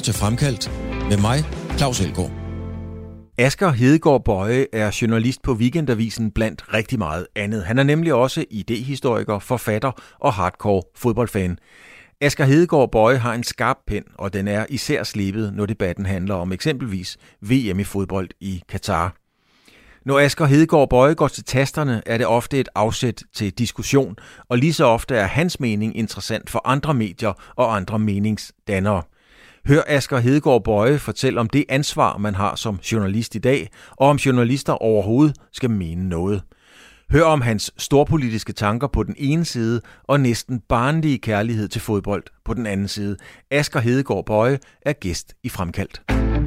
til Fremkaldt med mig, Claus Elgaard. Asger Hedegaard Boye er journalist på Weekendavisen blandt rigtig meget andet. Han er nemlig også idehistoriker, forfatter og hardcore fodboldfan. Asger Hedegaard Boye har en skarp pen, og den er især slebet, når debatten handler om eksempelvis VM i fodbold i Katar. Når Asger Hedegaard Boye går til tasterne, er det ofte et afsæt til diskussion, og lige så ofte er hans mening interessant for andre medier og andre meningsdannere. Hør Asger Hedegaard Boye fortælle om det ansvar, man har som journalist i dag, og om journalister overhovedet skal mene noget. Hør om hans storpolitiske tanker på den ene side, og næsten barnlige kærlighed til fodbold på den anden side. Asger Hedegaard Boye er gæst i Fremkaldt.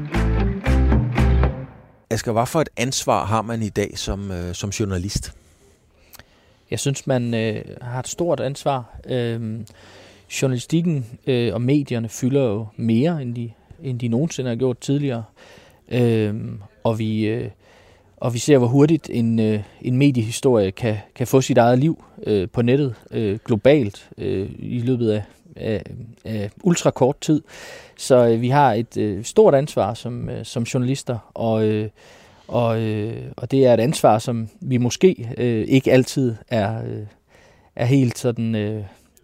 Asger, hvad for et ansvar har man i dag som journalist? Jeg synes, man har et stort ansvar. Journalistikken og medierne fylder jo mere, end de nogensinde har gjort tidligere. Og vi ser, hvor hurtigt en mediehistorie kan få sit eget liv på nettet globalt i løbet af ultrakort tid. Så vi har et stort ansvar som journalister, og det er et ansvar, som vi måske ikke altid er helt sådan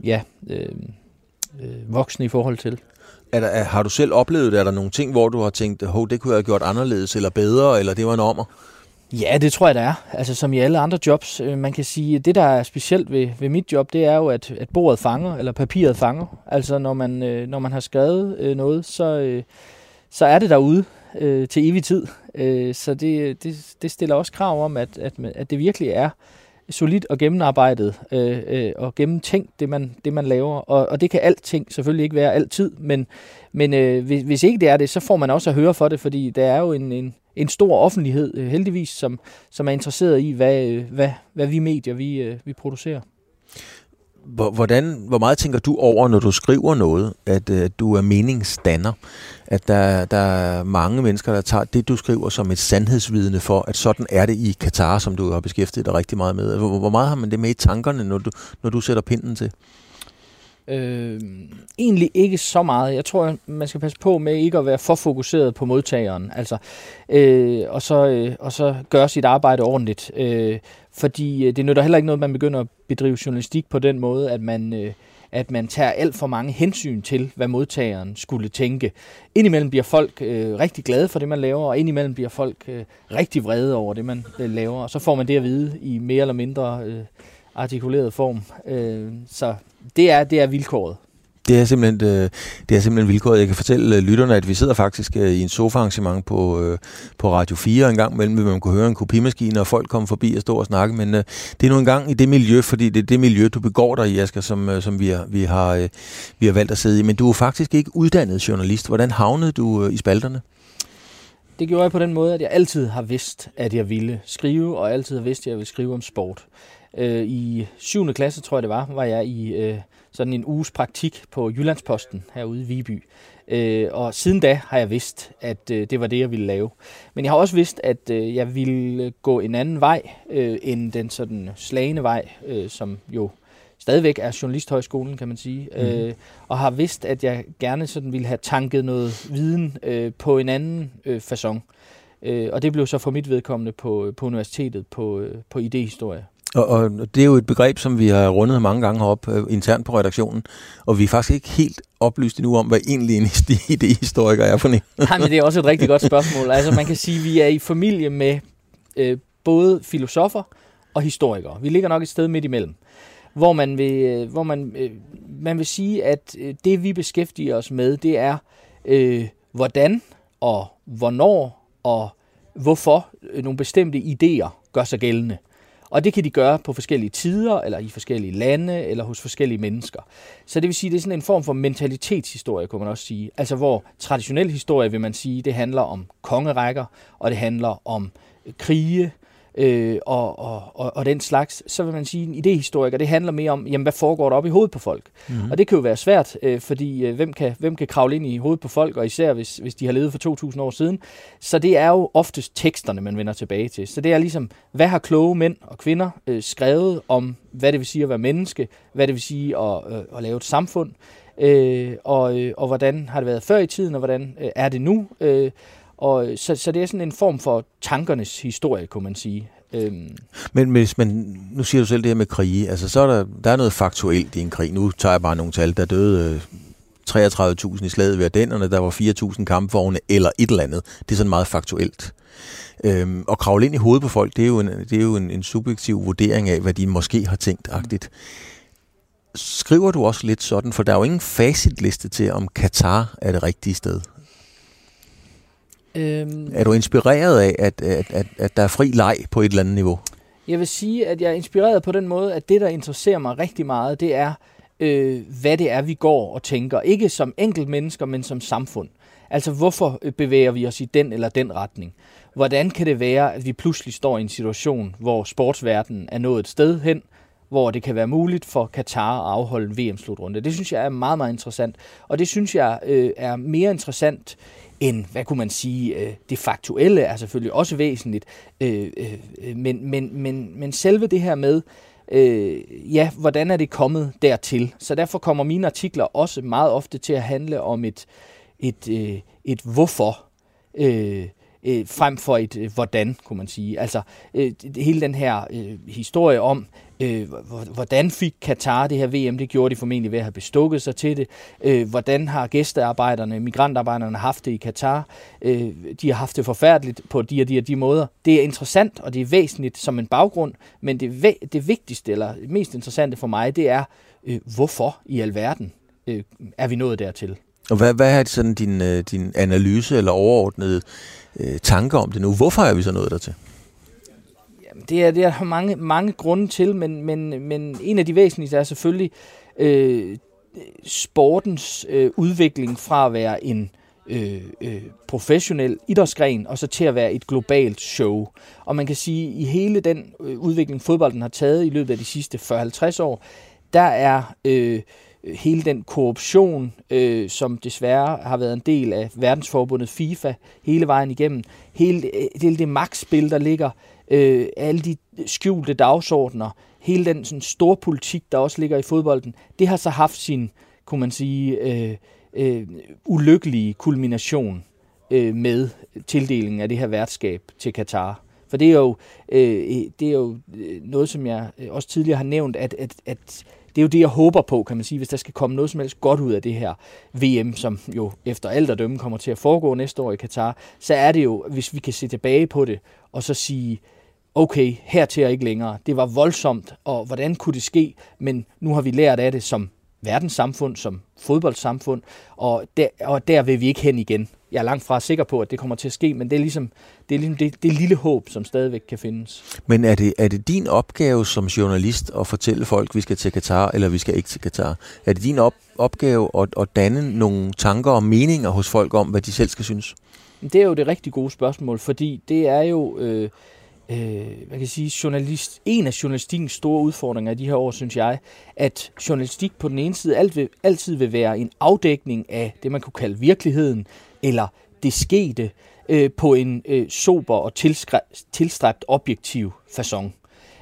voksne i forhold til. Har du selv oplevet det? Er der nogle ting, hvor du har tænkt, det kunne jeg have gjort anderledes eller bedre, eller det var en ommer? Ja, det tror jeg, der er. Altså som i alle andre jobs. Man kan sige, at det, der er specielt ved mit job, det er jo, at bordet fanger, eller papiret fanger. Altså når man har skrevet noget, så er det derude til evig tid. Så det stiller også krav om, at det virkelig er solidt og gennemarbejdet og gennemtænkt, det man laver. Og det kan alting selvfølgelig ikke være altid, men hvis ikke det er det, så får man også at høre for det, fordi der er jo en stor offentlighed, heldigvis, som er interesseret i, hvad vi medier vi producerer. Hvor meget tænker du over, når du skriver noget, at du er meningsdanner? At der er mange mennesker, der tager det, du skriver, som et sandhedsvidne for, at sådan er det i Katar, som du har beskæftiget dig rigtig meget med. Hvor meget har man det med i tankerne, når du sætter pinden til? Egentlig ikke så meget. Jeg tror, man skal passe på med ikke at være for fokuseret på modtageren, altså, og så gøre sit arbejde ordentligt. Fordi det nytter heller ikke noget, man begynder at bedrive journalistik på den måde, at man tager alt for mange hensyn til, hvad modtageren skulle tænke. Indimellem bliver folk rigtig glade for det, man laver, og indimellem bliver folk rigtig vrede over det, man laver. Og så får man det at vide i mere eller mindre artikuleret form. Så det er vilkåret. Det er simpelthen vilkåret. Jeg kan fortælle lytterne, at vi sidder faktisk i en sofaarrangement på Radio 4 en gang mellem, hvor man kunne høre en kopimaskine, og folk kom forbi og stå og snakke. Men det er nu engang i det miljø, fordi det er det miljø, du begår dig i, Asger, som vi har valgt at sidde i. Men du er faktisk ikke uddannet journalist. Hvordan havnede du i spalterne? Det gjorde jeg på den måde, at jeg altid har vidst, at jeg ville skrive, og altid har vidst, at jeg ville skrive om sport. I 7. klasse, tror jeg det var jeg i sådan en uges praktik på Jyllandsposten herude i Viby. Og siden da har jeg vidst, at det var det, jeg ville lave. Men jeg har også vidst, at jeg ville gå en anden vej end den sådan slagne vej, som jo stadigvæk er Journalisthøjskolen, kan man sige. Og har vidst, at jeg gerne sådan ville have tanket noget viden på en anden facon. Og det blev så for mit vedkommende på universitetet på idehistorie. Og det er jo et begreb, som vi har rundet mange gange heroppe internt på redaktionen, og vi er faktisk ikke helt oplyst endnu om, hvad egentlig en idehistoriker er for en. Nej, men det er også et rigtig godt spørgsmål. Altså man kan sige, at vi er i familie med både filosofer og historikere. Vi ligger nok et sted midt imellem, hvor man vil sige, at det vi beskæftiger os med, det er hvordan og hvornår og hvorfor nogle bestemte idéer gør sig gældende. Og det kan de gøre på forskellige tider, eller i forskellige lande, eller hos forskellige mennesker. Så det vil sige, det er sådan en form for mentalitetshistorie, kunne man også sige. Altså hvor traditionel historie, vil man sige, det handler om kongerækker, og det handler om krige, og den slags, så vil man sige, en idehistoriker, det handler mere om, jamen, hvad foregår der op i hovedet på folk? Mm-hmm. Og det kan jo være svært, fordi hvem kan kravle ind i hovedet på folk, og især hvis de har levet for 2000 år siden. Så det er jo oftest teksterne, man vender tilbage til. Så det er ligesom, hvad har kloge mænd og kvinder skrevet om, hvad det vil sige at være menneske, hvad det vil sige at lave et samfund, og hvordan har det været før i tiden, og hvordan er det nu? Og så det er sådan en form for tankernes historie, kunne man sige. Men hvis man, nu siger du selv det her med krige, altså så er der er noget faktuelt i en krig. Nu tager jeg bare nogle tal, der døde 33.000 i slaget ved Ardennerne, der var 4.000 kampvogne eller et eller andet. Det er sådan meget faktuelt. Og kravle ind i hovedet på folk, det er jo en subjektiv vurdering af, hvad de måske har tænkt-agtigt. Skriver du også lidt sådan, for der er jo ingen facitliste til, om Katar er det rigtige sted? Er du inspireret af, at der er fri leg på et eller andet niveau? Jeg vil sige, at jeg er inspireret på den måde, at det, der interesserer mig rigtig meget, det er, hvad det er, vi går og tænker. Ikke som enkelt mennesker, men som samfund. Altså, hvorfor bevæger vi os i den eller den retning? Hvordan kan det være, at vi pludselig står i en situation, hvor sportsverdenen er nået et sted hen, hvor det kan være muligt for Katar at afholde en VM-slutrunde? Det synes jeg er meget, meget interessant. Og det synes jeg er mere interessant end, hvad kunne man sige, det faktuelle er selvfølgelig også væsentligt. Men selve det her med, hvordan er det kommet dertil? Så derfor kommer mine artikler også meget ofte til at handle om et hvorfor, frem for et hvordan, kunne man sige. Altså hele den her historie om, hvordan fik Katar det her VM, det gjorde de formentlig ved at have bestukket sig til det. Hvordan har gæstearbejderne, migrantarbejderne haft det i Katar? De har haft det forfærdeligt på de måder. Det er interessant, og det er væsentligt som en baggrund, men det vigtigste, eller mest interessante for mig, det er, hvorfor i alverden er vi nået dertil? Og hvad er sådan din analyse eller overordnede tanker om det nu? Hvorfor er vi så nået dertil? Jamen, det er mange grunde til, men en af de væsentligste er selvfølgelig sportens udvikling fra at være en professionel idrætsgren, og så til at være et globalt show. Og man kan sige, at i hele den udvikling, fodbolden har taget i løbet af de sidste 40-50 år, der er hele den korruption, som desværre har været en del af verdensforbundet FIFA hele vejen igennem, hele det magtspil, der ligger, alle de skjulte dagsordner, hele den sådan store politik, der også ligger i fodbolden, det har så haft sin, kunne man sige, ulykkelige kulmination med tildelingen af det her værtskab til Katar. For det er jo noget, som jeg også tidligere har nævnt, at det er jo det, jeg håber på, kan man sige, hvis der skal komme noget som helst godt ud af det her VM, som jo efter alt at dømme kommer til at foregå næste år i Katar, så er det jo, hvis vi kan se tilbage på det, og så sige, okay, hertil og ikke længere. Det var voldsomt, og hvordan kunne det ske? Men nu har vi lært af det som verdenssamfund, som fodboldsamfund, og der vil vi ikke hen igen. Jeg er langt fra sikker på, at det kommer til at ske, men det er ligesom det lille håb, som stadigvæk kan findes. Men er det din opgave som journalist at fortælle folk, at vi skal til Katar, eller vi skal ikke til Katar? Er det din opgave at danne nogle tanker og meninger hos folk om, hvad de selv skal synes? Det er jo det rigtig gode spørgsmål, fordi det er jo man kan sige, en af journalistikkens store udfordringer i de her år, synes jeg, at journalistik på den ene side altid vil være en afdækning af det, man kunne kalde virkeligheden, eller det skete på en sober og tilstræbt objektiv facon.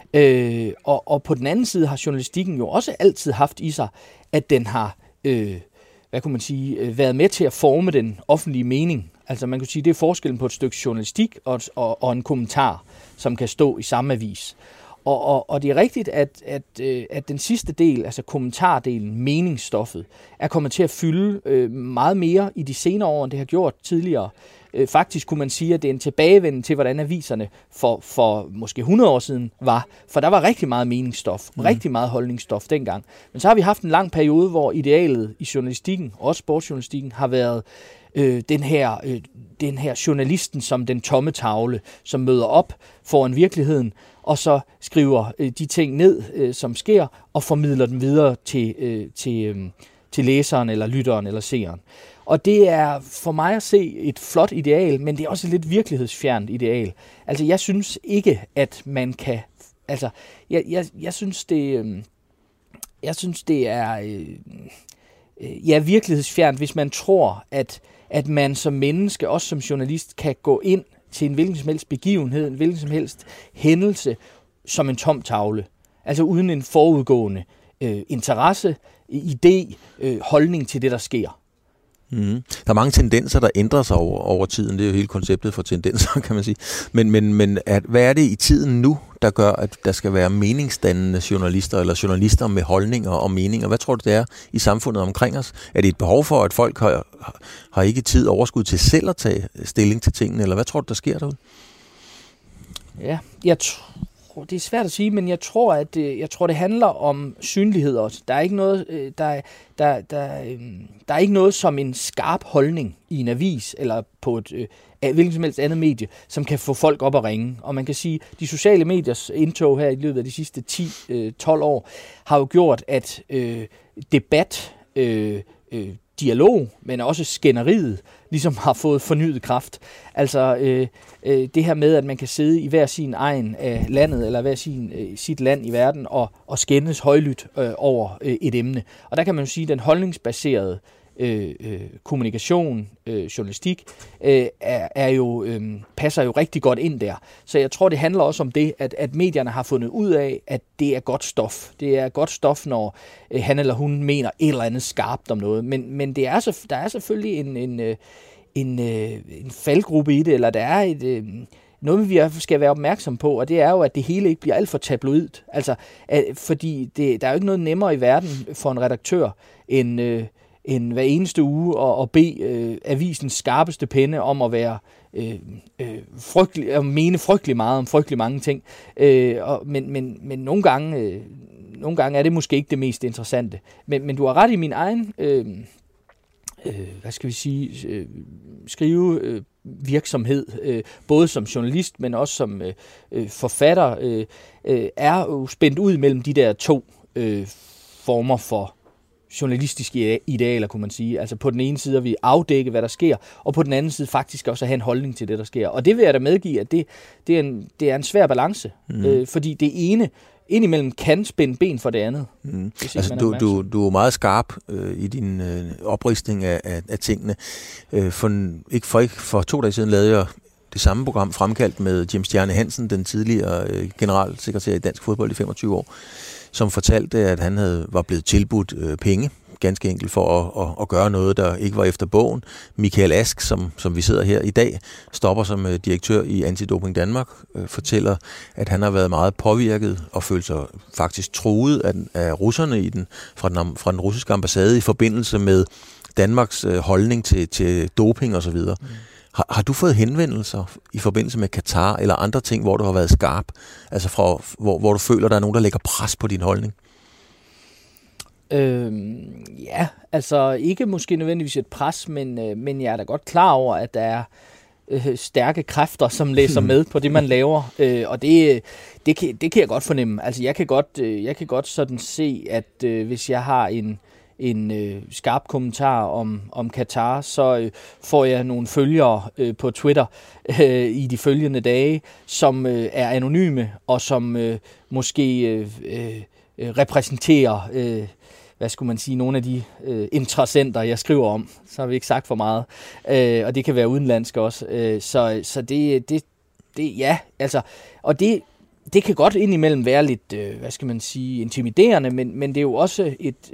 Og på den anden side har journalistikken jo også altid haft i sig, at den har hvad kunne man sige, været med til at forme den offentlige mening. Altså man kan sige, det er forskellen på et stykke journalistik og en kommentar, som kan stå i samme avis. Og det er rigtigt, at den sidste del, altså kommentardelen, meningsstoffet, er kommet til at fylde meget mere i de senere år, end det har gjort tidligere. Faktisk kunne man sige, at det er en tilbagevenden til, hvordan aviserne for måske 100 år siden var. For der var rigtig meget meningsstof, rigtig meget holdningsstof dengang. Men så har vi haft en lang periode, hvor idealet i journalistikken, også sportsjournalistikken, har været den her journalisten som den tomme tavle, som møder op foran virkeligheden, og så skriver de ting ned, som sker, og formidler dem videre til læseren eller lytteren eller seeren. Og det er for mig at se et flot ideal, men det er også et lidt virkelighedsfjernt ideal. Altså jeg synes ikke, at man kan... Altså jeg synes det er virkelighedsfjernt, hvis man tror, at man som menneske, også som journalist, kan gå ind til en hvilken som helst begivenhed, en hvilken som helst hændelse, som en tom tavle. Altså uden en forudgående interesse, idé, holdning til det, der sker. Mm. Der er mange tendenser, der ændrer sig over tiden. Det er jo hele konceptet for tendenser, kan man sige. Men hvad er det i tiden nu, der gør, at der skal være meningsdannende journalister, eller journalister med holdninger og meninger? Hvad tror du, det er i samfundet omkring os? Er det et behov for, at folk har ikke tid og overskud til selv at tage stilling til tingene, eller hvad tror du, der sker derude? Ja, det er svært at sige, men jeg tror, det handler om synlighed også. Der er ikke noget, der er ikke noget som en skarp holdning i en avis eller på et hvilket som helst andet medie, som kan få folk op at ringe. Og man kan sige, at de sociale mediers indtog her i løbet af de sidste 10-12 år har jo gjort, at debat, dialog, men også skænderiet, ligesom har fået fornyet kraft. Altså det her med, at man kan sidde i hver sin egen af landet, eller hver sit land i verden, og skændes højlydt over et emne. Og der kan man jo sige, at den holdningsbaserede kommunikation, journalistik, passer jo rigtig godt ind der. Så jeg tror, det handler også om det, at medierne har fundet ud af, at det er godt stof. Det er godt stof, når han eller hun mener et eller andet skarpt om noget. Men der er selvfølgelig en faldgruppe i det, eller der er noget, vi skal være opmærksom på, og det er jo, at det hele ikke bliver alt for tabloidt. Altså, fordi der er jo ikke noget nemmere i verden for en redaktør, end hver eneste uge at bede avisens skarpeste penne om at være frygtelig, at mene frygtelig meget om frygtelig mange ting. Men nogle gange er det måske ikke det mest interessante. Men du har ret i min egen skrive virksomhed, både som journalist, men også som forfatter, er jo spændt ud mellem de der to former for journalistiske idealer, kunne man sige. Altså på den ene side at vi afdække, hvad der sker, og på den anden side faktisk også at have en holdning til det, der sker. Og det vil jeg da medgive, at det er en svær balance, fordi det ene indimellem kan spænde ben for det andet. Altså du er meget skarp i din opristning af tingene. For 2 dage siden lavede jeg det samme program fremkaldt med Jim Stjerne Hansen, den tidligere generalsekretær i dansk fodbold i 25 år, som fortalte, at han var blevet tilbudt penge, ganske enkelt for at gøre noget, der ikke var efter bogen. Michael Ask, som vi sidder her i dag, stopper som direktør i Antidoping Danmark, fortæller, at han har været meget påvirket og følt sig faktisk truet af russerne fra den russiske ambassade i forbindelse med Danmarks holdning til doping osv. Har du fået henvendelser i forbindelse med Katar eller andre ting, hvor du har været skarp? Altså hvor du føler, der er nogen, der lægger pres på din holdning? Ja, altså ikke måske nødvendigvis et pres, men jeg er da godt klar over, at der er stærke kræfter, som læser med på det, man laver. Og det kan jeg godt fornemme. Altså jeg kan godt sådan se, at hvis jeg har en skarp kommentar om Katar, så får jeg nogle følgere på Twitter i de følgende dage, som er anonyme, og som måske repræsenterer nogle af de interessenter, jeg skriver om. Så har vi ikke sagt for meget. Og det kan være udenlandsk også. Så det ja, altså, og det kan godt indimellem være lidt, intimiderende, men det er jo også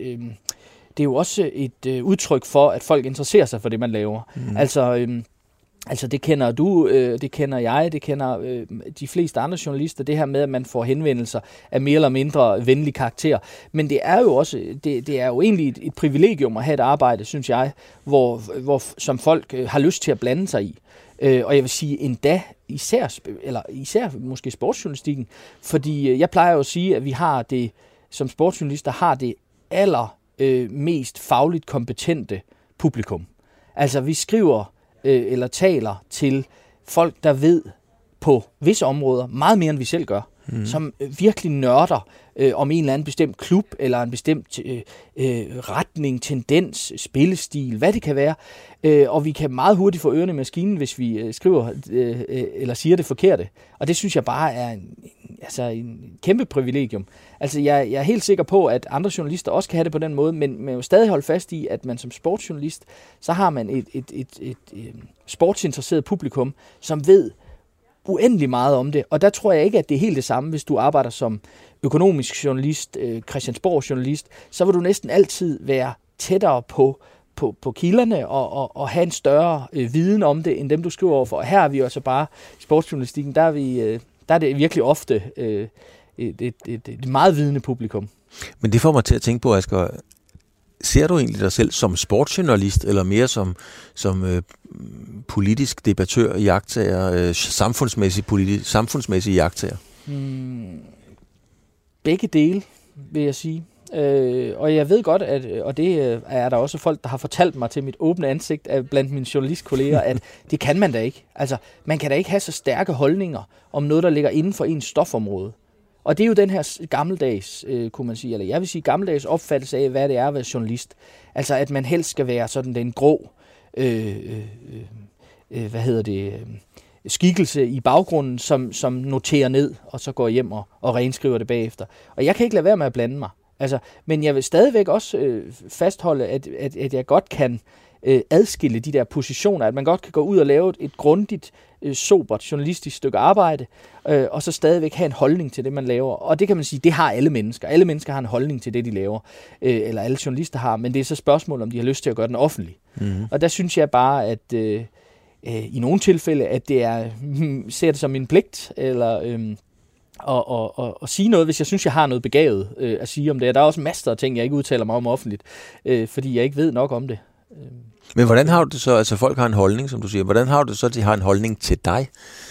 et udtryk for, at folk interesserer sig for det, man laver. Altså det kender du, det kender jeg, det kender de fleste andre journalister, det her med, at man får henvendelser af mere eller mindre venlig karakter. Men det er jo også, det er jo egentlig et privilegium at have et arbejde, synes jeg, hvor som folk har lyst til at blande sig i. Og jeg vil sige endda, især måske sportsjournalistikken, fordi jeg plejer jo at sige, at vi har det, som sportsjournalister har det mest fagligt kompetente publikum. Altså vi skriver eller taler til folk, der ved på visse områder meget mere, end vi selv gør. som virkelig nørder om en eller anden bestemt klub, eller en bestemt retning, tendens, spillestil, hvad det kan være. Og vi kan meget hurtigt få ørerne i maskinen, hvis vi skriver eller siger det forkerte. Og det synes jeg bare er en kæmpe privilegium. Altså jeg er helt sikker på, at andre journalister også kan have det på den måde, men man vil stadig holde fast i, at man som sportsjournalist, så har man et sportsinteresseret publikum, som ved uendelig meget om det. Og der tror jeg ikke, at det er helt det samme, hvis du arbejder som økonomisk journalist, Christiansborg-journalist, så vil du næsten altid være tættere på kilderne og have en større viden om det, end dem du skriver overfor. Og her er vi jo altså bare i sportsjournalistikken, der er det virkelig ofte et meget vidende publikum. Men det får mig til at tænke på, Asger, ser du egentlig dig selv som sportsjournalist, eller mere som politisk debattør, jagttager, samfundsmæssig jagttager? Begge dele, vil jeg sige. Og jeg ved godt, og det er der også folk, der har fortalt mig til mit åbne ansigt blandt mine journalistkolleger, at det kan man da ikke. Altså, man kan da ikke have så stærke holdninger om noget, der ligger inden for ens stofområde. Og det er jo den her gammeldags, kunne man sige, eller jeg vil sige gammeldags opfattelse af, hvad det er at være journalist. Altså, at man helst skal være sådan den grå, skikkelse i baggrunden, som noterer ned, og så går hjem og renskriver det bagefter. Og jeg kan ikke lade være med at blande mig. Altså, men jeg vil stadigvæk også fastholde, at jeg godt kan adskille de der positioner, at man godt kan gå ud og lave et grundigt, sobert journalistisk stykke arbejde, og så stadigvæk have en holdning til det, man laver. Og det kan man sige, det har alle mennesker. Alle mennesker har en holdning til det, de laver, eller alle journalister har, men det er så spørgsmål, om de har lyst til at gøre den offentlig. Mm-hmm. Og der synes jeg bare, at i nogle tilfælde, at det ser det som en pligt, eller og sige noget, hvis jeg synes, jeg har noget begavet at sige om det. Der er også masser af ting, jeg ikke udtaler mig om offentligt, fordi jeg ikke ved nok om det. Men hvordan har du det så, altså folk har en holdning, som du siger, hvordan har du det så, at de har en holdning til dig?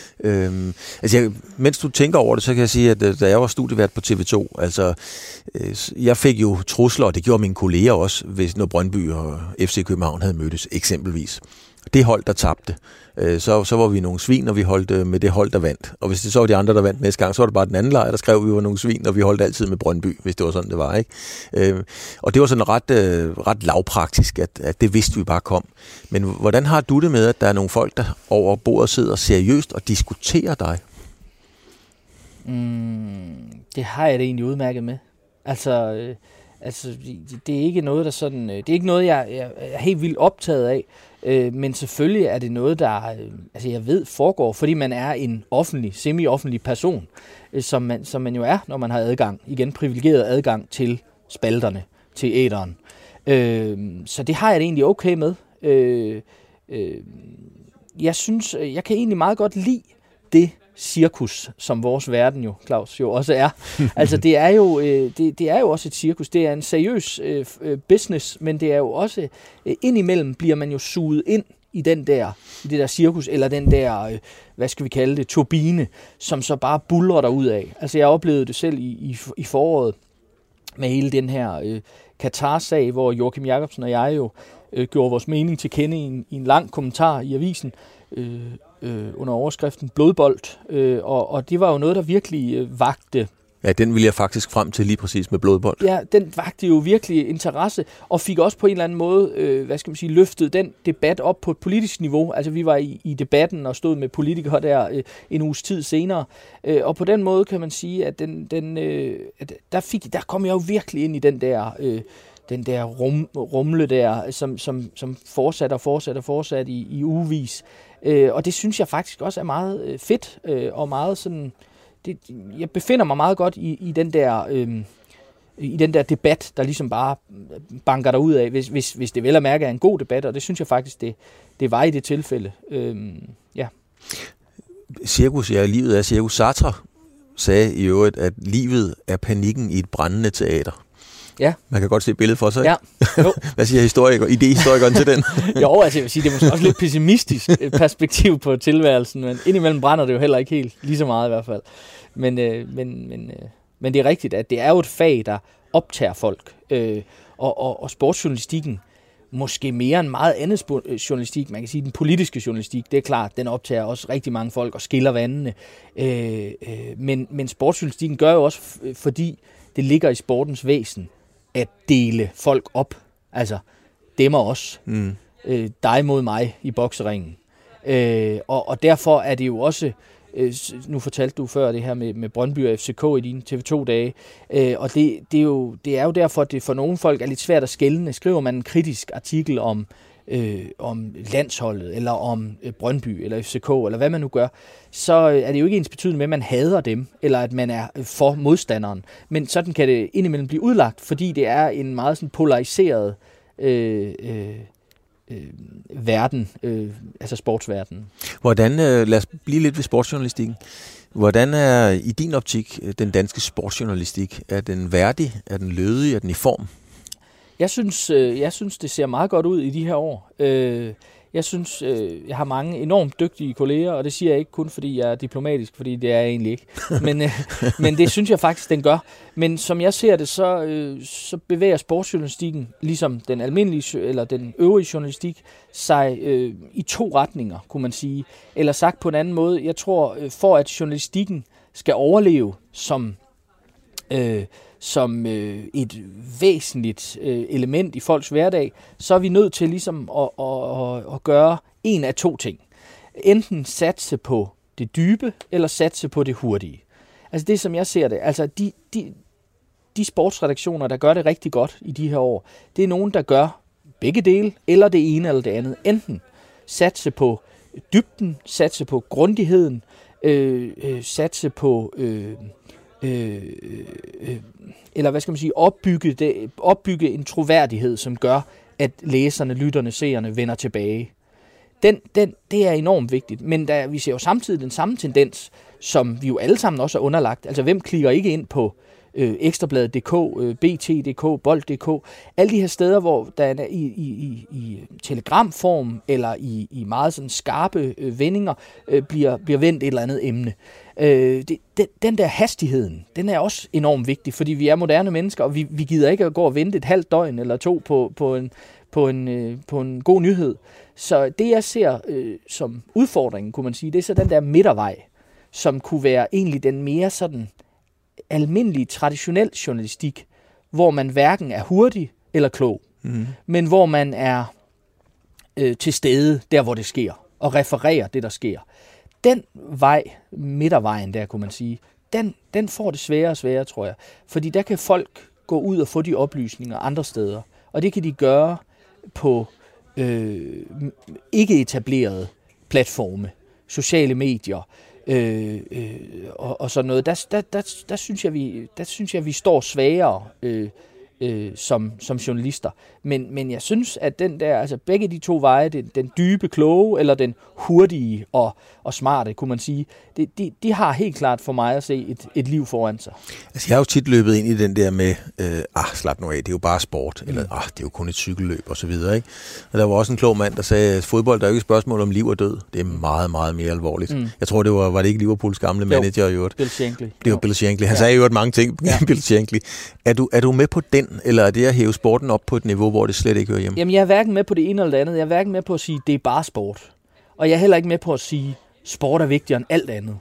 Mens du tænker over det, så kan jeg sige, at da jeg var studievært på TV2, altså jeg fik jo trusler, og det gjorde mine kolleger også, hvis når Brøndby og FC København havde mødtes, eksempelvis. Det hold, der tabte, så var vi nogle svin, og vi holdt med det hold, der vandt. Og hvis det så var de andre, der vandt næste gang, så var det bare den anden lejr, der skrev, at vi var nogle svin, og vi holdt altid med Brøndby, hvis det var sådan, det var, ikke? Og det var sådan ret lavpraktisk, at det vidste vi bare kom. Men hvordan har du det med, at der er nogle folk, der over bordet sidder seriøst og diskuterer dig? Det har jeg det egentlig udmærket med. Altså, det er ikke noget, der sådan, det er ikke noget, jeg er helt vildt optaget af. Men selvfølgelig er det noget, der jeg ved foregår, fordi man er en offentlig, semi-offentlig person, som man jo er, når man har adgang, igen privilegeret adgang til spalterne, til æteren. Så det har jeg det egentlig okay med. Jeg synes, jeg kan egentlig meget godt lide det cirkus, som vores verden jo, Claus, jo også er. Altså det er jo også et cirkus. Det er en seriøs business, men det er jo også indimellem bliver man jo suget ind i det der cirkus, eller den der, hvad skal vi kalde det, turbine, som så bare buldrer derud af. Altså jeg oplevede det selv i foråret med hele den her Katar-sag, hvor Joachim Jacobsen og jeg jo gjorde vores mening til kende i en lang kommentar i avisen, under overskriften Blodbold, og det var jo noget, der virkelig vagte. Ja, den ville jeg faktisk frem til lige præcis med Blodbold. Ja, den vagte jo virkelig interesse, og fik også på en eller anden måde, løftet den debat op på et politisk niveau. Altså vi var i debatten og stod med politikere der en uges tid senere, og på den måde kan man sige, at der kom jeg jo virkelig ind i den der rumle der, som fortsat i ugevis. Og det synes jeg faktisk også er meget fedt, og meget sådan, jeg befinder mig meget godt i den der debat, der ligesom bare banker derud af, hvis det vel at mærke er en god debat, og det synes jeg faktisk, det var i det tilfælde. Ja. Cirkus, ja, livet er cirkus. Sartre sagde i øvrigt, at livet er panikken i et brændende teater. Ja. Man kan godt se billedet for sig. Ja. Jo. Hvad siger idehistorikeren til den? Jo, altså jeg vil sige, det er måske også lidt pessimistisk perspektiv på tilværelsen, men indimellem brænder det jo heller ikke helt lige så meget i hvert fald. Men det er rigtigt, at det er jo et fag, der optager folk. Og sportsjournalistikken måske mere end meget andet journalistik. Man kan sige, den politiske journalistik, det er klart, den optager også rigtig mange folk og skiller vandene. Men sportsjournalistikken gør jo også, fordi det ligger i sportens væsen, at dele folk op. Altså, dem og os. Dig mod mig i bokseringen. Og derfor er det jo også, nu fortalte du før det her med Brøndby og FCK i dine TV2-dage, og det er jo derfor, at det for nogle folk er lidt svært at skelne. Skriver man en kritisk artikel om landsholdet, eller om Brøndby, eller FCK, eller hvad man nu gør, så er det jo ikke ensbetydende med, at man hader dem, eller at man er for modstanderen. Men sådan kan det indimellem blive udlagt, fordi det er en meget sådan polariseret verden, altså sportsverdenen. Hvordan, lad os blive lidt ved sportsjournalistikken. Hvordan er i din optik den danske sportsjournalistik? Er den værdig? Er den lødig? Er den i form? Jeg synes, det ser meget godt ud i de her år. Jeg synes, jeg har mange enormt dygtige kolleger, og det siger jeg ikke kun, fordi jeg er diplomatisk, fordi det er jeg egentlig ikke. Men det synes jeg faktisk, den gør. Men som jeg ser det, så bevæger sportsjournalistikken, ligesom den almindelige eller den øvrige journalistik, sig i to retninger, kunne man sige. Eller sagt på en anden måde, jeg tror, for at journalistikken skal overleve som et væsentligt element i folks hverdag, så er vi nødt til ligesom at gøre en af to ting. Enten satse på det dybe, eller satse på det hurtige. Altså det, som jeg ser det, altså de sportsredaktioner, der gør det rigtig godt i de her år, det er nogen, der gør begge dele, eller det ene eller det andet. Enten satse på dybden, satse på grundigheden, satse på eller hvad skal man sige, opbygge en troværdighed, som gør, at læserne, lytterne, seerne vender tilbage. Det er enormt vigtigt, men vi ser jo samtidig den samme tendens, som vi jo alle sammen også er underlagt. Altså, hvem klikker ikke ind på Ekstrabladet.dk, BT.dk, Bold.dk, alle de her steder, hvor der er i telegramform eller i meget sådan skarpe vendinger bliver vendt et eller andet emne. Den der hastigheden, den er også enormt vigtig, fordi vi er moderne mennesker, og vi gider ikke at gå og vente et halvt døgn eller to på en god nyhed. Så det, jeg ser som udfordringen, kunne man sige, det er så den der midtervej, som kunne være egentlig den mere sådan almindelig, traditionel journalistik, hvor man hverken er hurtig eller klog, men hvor man er til stede der, hvor det sker, og refererer det, der sker. Den vej, midtervejen der, kunne man sige, den får det sværere og sværere, tror jeg. Fordi der kan folk gå ud og få de oplysninger andre steder, og det kan de gøre på ikke etablerede platforme, sociale medier, og sådan noget. Der synes jeg, vi står svagere som journalister. Men jeg synes, at den der, altså begge de to veje, den dybe, kloge, eller den hurtige og smarte, kunne man sige, de har helt klart for mig at se et liv foran sig. Altså jeg har jo tit løbet ind i den der med, slap nu af, det er jo bare sport, eller det er jo kun et cykelløb, og så videre, ikke? Og der var også en klog mand, der sagde, at fodbold, der er jo ikke et spørgsmål om liv og død. Det er meget, meget mere alvorligt. Jeg tror, var det ikke Liverpools gamle manager i øvrigt? Bill Shankly. Det var Bill Shankly. Han sagde jo mange ting, Bill Shankly. Er du med på den, eller er det at hæve sporten op på et niveau, hvor det slet ikke hører hjemme? Jamen, jeg er hverken med på det ene eller det andet. Jeg er hverken med på at sige, det er bare sport. Og jeg er heller ikke med på at sige, sport er vigtigere end alt andet.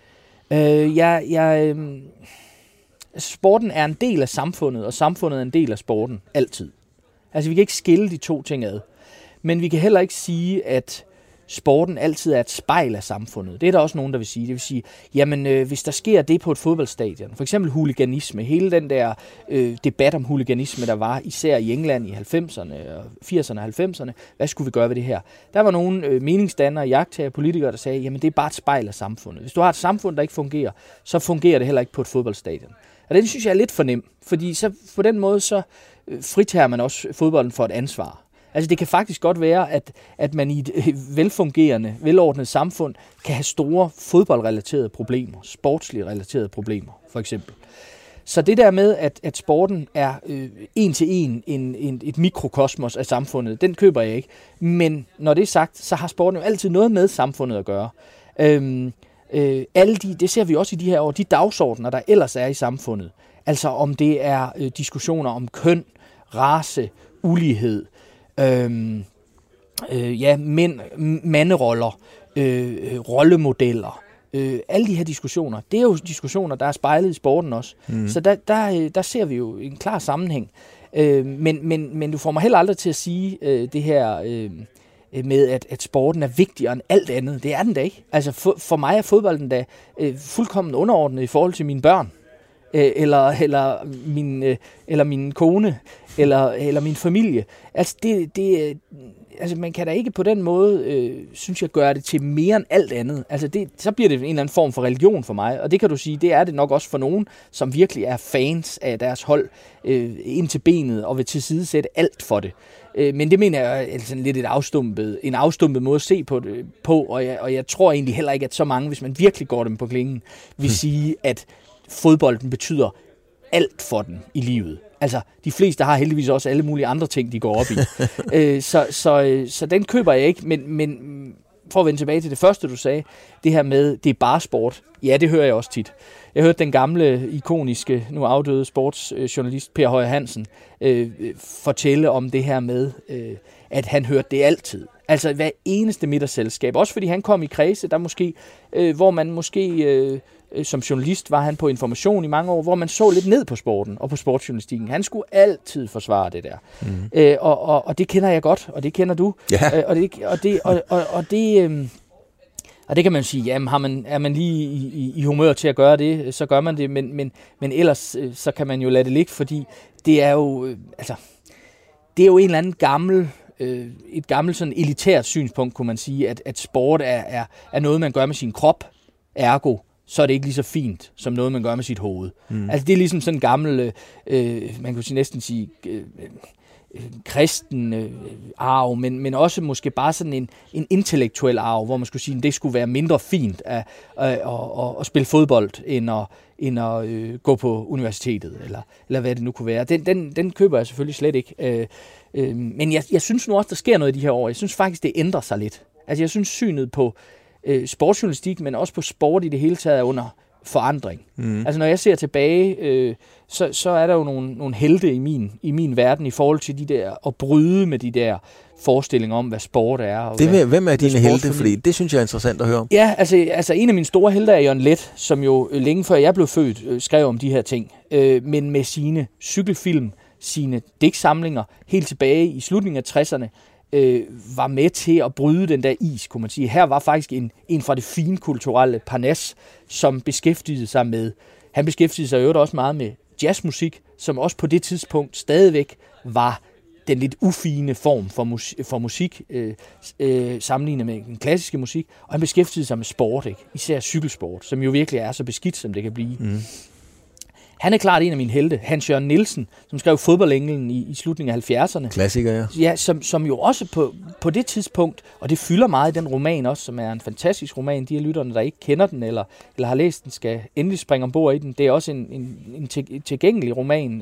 Sporten er en del af samfundet, og samfundet er en del af sporten. Altid. Altså, vi kan ikke skille de to ting ad. Men vi kan heller ikke sige, at sporten altid er et spejl af samfundet. Det er der også nogen, der vil sige. Det vil sige, jamen hvis der sker det på et fodboldstadion, for eksempel huliganisme, hele den der debat om huliganisme, der var især i England i 90'erne, 80'erne og 90'erne, hvad skulle vi gøre ved det her? Der var nogle meningsdannere, jagttager, politikere, der sagde, jamen det er bare et spejl af samfundet. Hvis du har et samfund, der ikke fungerer, så fungerer det heller ikke på et fodboldstadion. Og det synes jeg er lidt for nemt, fordi så på den måde så fritager man også fodbolden for et ansvar. Altså det kan faktisk godt være, at man i et velfungerende, velordnet samfund kan have store fodboldrelaterede problemer, sportsligt relaterede problemer, for eksempel. Så det der med, at sporten er en til en et mikrokosmos af samfundet, den køber jeg ikke. Men når det er sagt, så har sporten jo altid noget med samfundet at gøre. Det ser vi også i de her år, de dagsordner, der ellers er i samfundet. Altså om det er diskussioner om køn, race, ulighed, manderoller, rollemodeller. Alle de her diskussioner, det er jo diskussioner, der er spejlet i sporten også. Så der ser vi jo en klar sammenhæng. Men du får mig heller aldrig til at sige det her med, at sporten er vigtigere end alt andet. Det er den da ikke. Altså for mig er fodbolden da fuldkommen underordnet i forhold til mine børn. Eller min kone, eller min familie. Altså, altså man kan da ikke på den måde, synes jeg, gøre det til mere end alt andet. Altså, så bliver det en eller anden form for religion for mig, og det kan du sige, det er det nok også for nogen, som virkelig er fans af deres hold ind til benet, og vil tilsidesætte alt for det. Men det mener jeg er sådan lidt en afstumpet måde at se på det på, og jeg tror egentlig heller ikke, at så mange, hvis man virkelig går dem på klingen, vil sige, at fodbolden betyder alt for den i livet. Altså, de fleste har heldigvis også alle mulige andre ting, de går op i. Så den køber jeg ikke, men for at vende tilbage til det første, du sagde, det her med, det er bare sport. Ja, det hører jeg også tit. Jeg hørte den gamle, ikoniske, nu afdøde sportsjournalist Per Højer Hansen fortælle om det her med, at han hørte det altid. Altså hver eneste middagsselskab. Også fordi han kom i kredse, der måske, hvor man måske... som journalist var han på Information i mange år, hvor man så lidt ned på sporten og på sportsjournalistikken. Han skulle altid forsvare det der. Og det kender jeg godt, og det kender du. Ja. Og det kan man sige, jamen er man lige i humør til at gøre det, så gør man det, men ellers så kan man jo lade det ligge, fordi det er jo det er jo en eller anden gammel et gammelt sådan elitært synspunkt, kunne man sige, at sport er noget, man gør med sin krop, ergo så er det ikke lige så fint, som noget, man gør med sit hoved. Altså, det er ligesom sådan en gammel, man kan næsten sige, kristen arv, men også måske bare sådan en intellektuel arv, hvor man skulle sige, at det skulle være mindre fint at spille fodbold, end at gå på universitetet, eller hvad det nu kunne være. Den køber jeg selvfølgelig slet ikke. Men jeg synes nu også, der sker noget i de her år. Jeg synes faktisk, det ændrer sig lidt. Altså, jeg synes, synet på sportsjournalistik, men også på sport i det hele taget er under forandring. Altså når jeg ser tilbage, så er der jo nogle helte i min verden i forhold til de der, at bryde med de der forestillinger om, hvad sport er. Og hvem er dine helte? Fordi det synes jeg er interessant at høre om. Ja, altså en af mine store helte er Jørgen Leth, som jo længe før jeg blev født, skrev om de her ting, men med sine cykelfilm, sine digtsamlinger, helt tilbage i slutningen af 60'erne, var med til at bryde den der is, kunne man sige. Her var faktisk en fra det fine kulturelle Parnas, som beskæftigede sig med, han beskæftigede sig jo også meget med jazzmusik, som også på det tidspunkt stadigvæk var den lidt ufine form for musik, sammenlignet med den klassiske musik, og han beskæftigede sig med sport, ikke? Især cykelsport, som jo virkelig er så beskidt, som det kan blive. Han er klart en af mine helte, Hans Jørgen Nielsen, som skrev Fodboldenglen i slutningen af 70'erne. Klassiker, ja. Ja, som jo også på det tidspunkt, og det fylder meget i den roman også, som er en fantastisk roman. De af lytterne, der ikke kender den eller har læst den, skal endelig springe ombord i den. Det er også en tilgængelig roman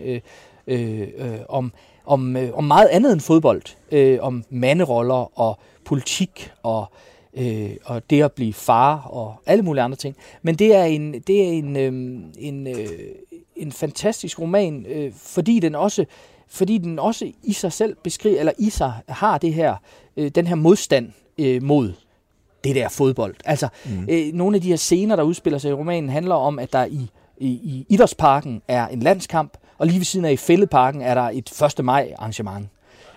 om meget andet end fodbold. Om manderoller og politik og det at blive far og alle mulige andre ting. Men det er en fantastisk roman, fordi den også i sig selv beskriver, eller i sig har det her, den her modstand mod det der fodbold. Altså, nogle af de her scener, der udspiller sig i romanen, handler om, at der i Idrætsparken er en landskamp, og lige ved siden af i Fælledparken er der et 1. maj arrangement.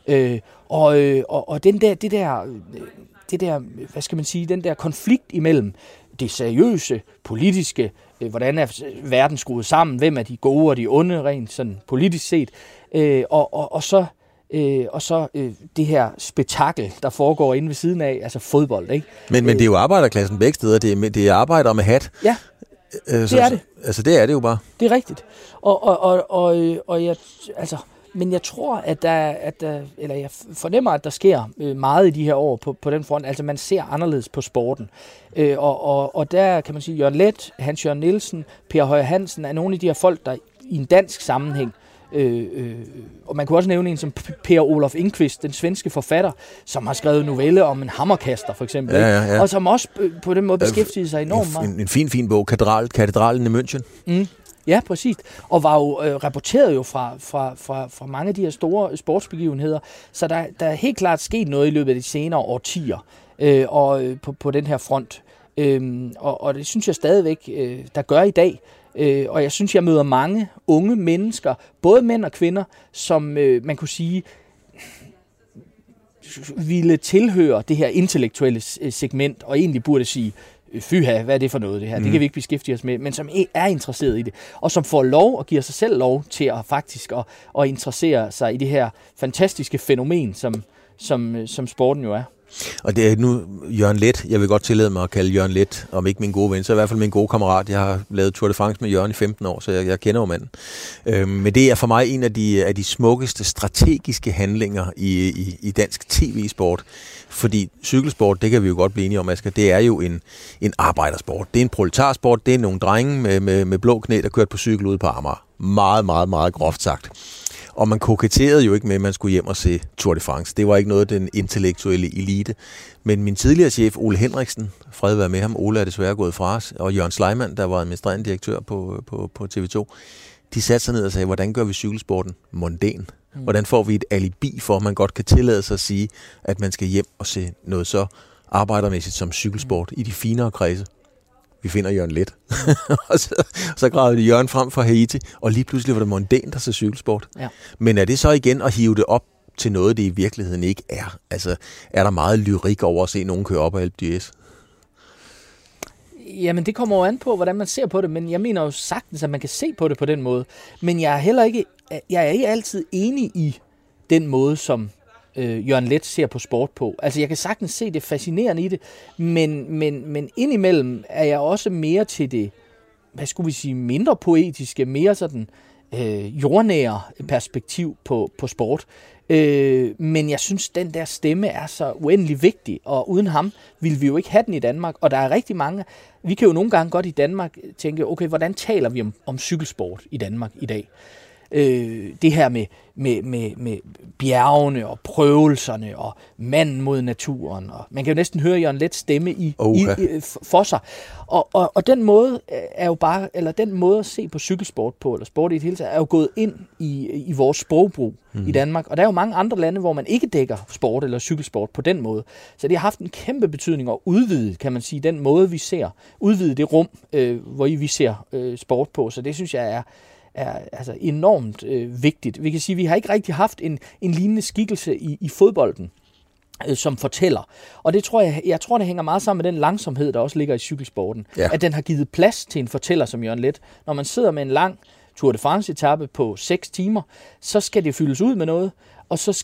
Og det der, hvad skal man sige, den der konflikt imellem det seriøse, politiske, hvordan er verden skruet sammen, hvem er de gode og de onde, rent sådan politisk set, og så det her spektakel, der foregår inde ved siden af, altså fodbold, ikke? Men det er jo arbejderklassen begge steder, det er arbejdere med hat. Ja, det er det. Altså det er det jo bare. Det er rigtigt. Og jeg, altså... Men jeg tror, at jeg fornemmer, at der sker meget i de her år på den front. Altså, man ser anderledes på sporten. Og der kan man sige, Jørgen Leth, Hans Jørgen Nielsen, Per Højer Hansen er nogle af de her folk, der i en dansk sammenhæng, og man kunne også nævne en som Per Olof Enquist, den svenske forfatter, som har skrevet novelle om en hammerkaster, for eksempel. Ja. Og som også på den måde beskæftiger sig enormt meget. En fin bog, Katedralen i München. Ja, præcis. Og var jo rapporteret jo fra mange af de her store sportsbegivenheder. Så der er helt klart sket noget i løbet af de senere årtier på den her front. Og det synes jeg stadigvæk, der gør i dag. Og jeg synes, jeg møder mange unge mennesker, både mænd og kvinder, som man kunne sige ville tilhøre det her intellektuelle segment, og egentlig burde sige, fyha, hvad er det for noget det her? Det kan vi ikke beskæftige os med, men som er interesseret i det, og som får lov og giver sig selv lov til at faktisk at interessere sig i det her fantastiske fænomen, som sporten jo er. Og det er nu Jørgen Leth. Jeg vil godt tillade mig at kalde Jørgen Leth, om ikke min gode ven, så i hvert fald min gode kammerat. Jeg har lavet Tour de France med Jørgen i 15 år, så jeg kender jo manden. Men det er for mig en af de smukkeste strategiske handlinger i dansk tv-sport. Fordi cykelsport, det kan vi jo godt blive enige om, Asger, det er jo en arbejdersport. Det er en proletarsport. Det er nogle drenge med blå knæ, der kørte på cykel ude på Amager. Meget, meget, meget groft sagt. Og man koketterede jo ikke med, at man skulle hjem og se Tour de France. Det var ikke noget af den intellektuelle elite. Men min tidligere chef, Ole Henriksen, fred være med ham, Ole er desværre gået fra os, og Jørgen Sleiman, der var administrerende direktør på TV2, de satte sig ned og sagde, hvordan gør vi cykelsporten mondæn? Hvordan får vi et alibi for, at man godt kan tillade sig at sige, at man skal hjem og se noget så arbejdermæssigt som cykelsport i de finere kredse? Vi finder Jørgen Leth. Og så gravede de Jørgen frem fra Haiti, og lige pludselig var det mondænt at se cykelsport. Ja. Men er det så igen at hive det op til noget, det i virkeligheden ikke er? Altså, er der meget lyrik over at se nogen køre op af Alpe d'Huez? Jamen, det kommer jo an på, hvordan man ser på det, men jeg mener jo sagtens, at man kan se på det på den måde. Men jeg er ikke altid enig i den måde, som Jørgen Leth ser på sport på. Altså, jeg kan sagtens se det fascinerende i det, men indimellem er jeg også mere til det, hvad skulle vi sige, mindre poetiske, mere sådan jordnære perspektiv på sport. Men jeg synes, den der stemme er så uendelig vigtig, og uden ham ville vi jo ikke have den i Danmark. Og der er rigtig mange, vi kan jo nogle gange godt i Danmark tænke, okay, hvordan taler vi om cykelsport i Danmark i dag? Det her med bjergene og prøvelserne og manden mod naturen. Og man kan jo næsten høre Jørgen Leths stemme for sig. Og den måde er jo bare, eller den måde at se på cykelsport på, eller sport i det hele taget, er jo gået ind i vores sprogbrug i Danmark. Og der er jo mange andre lande, hvor man ikke dækker sport eller cykelsport på den måde. Så det har haft en kæmpe betydning at udvide, kan man sige, den måde vi ser, udvide det rum, hvor vi ser sport på. Så det synes jeg er altså enormt vigtigt. Vi kan sige, at vi har ikke rigtig haft en lignende skikkelse i fodbolden, som fortæller. Og det jeg tror, det hænger meget sammen med den langsomhed, der også ligger i cykelsporten. Ja. At den har givet plads til en fortæller som Jørgen Leth. Når man sidder med en lang Tour de France-etape på 6 timer, så skal det fyldes ud med noget, og så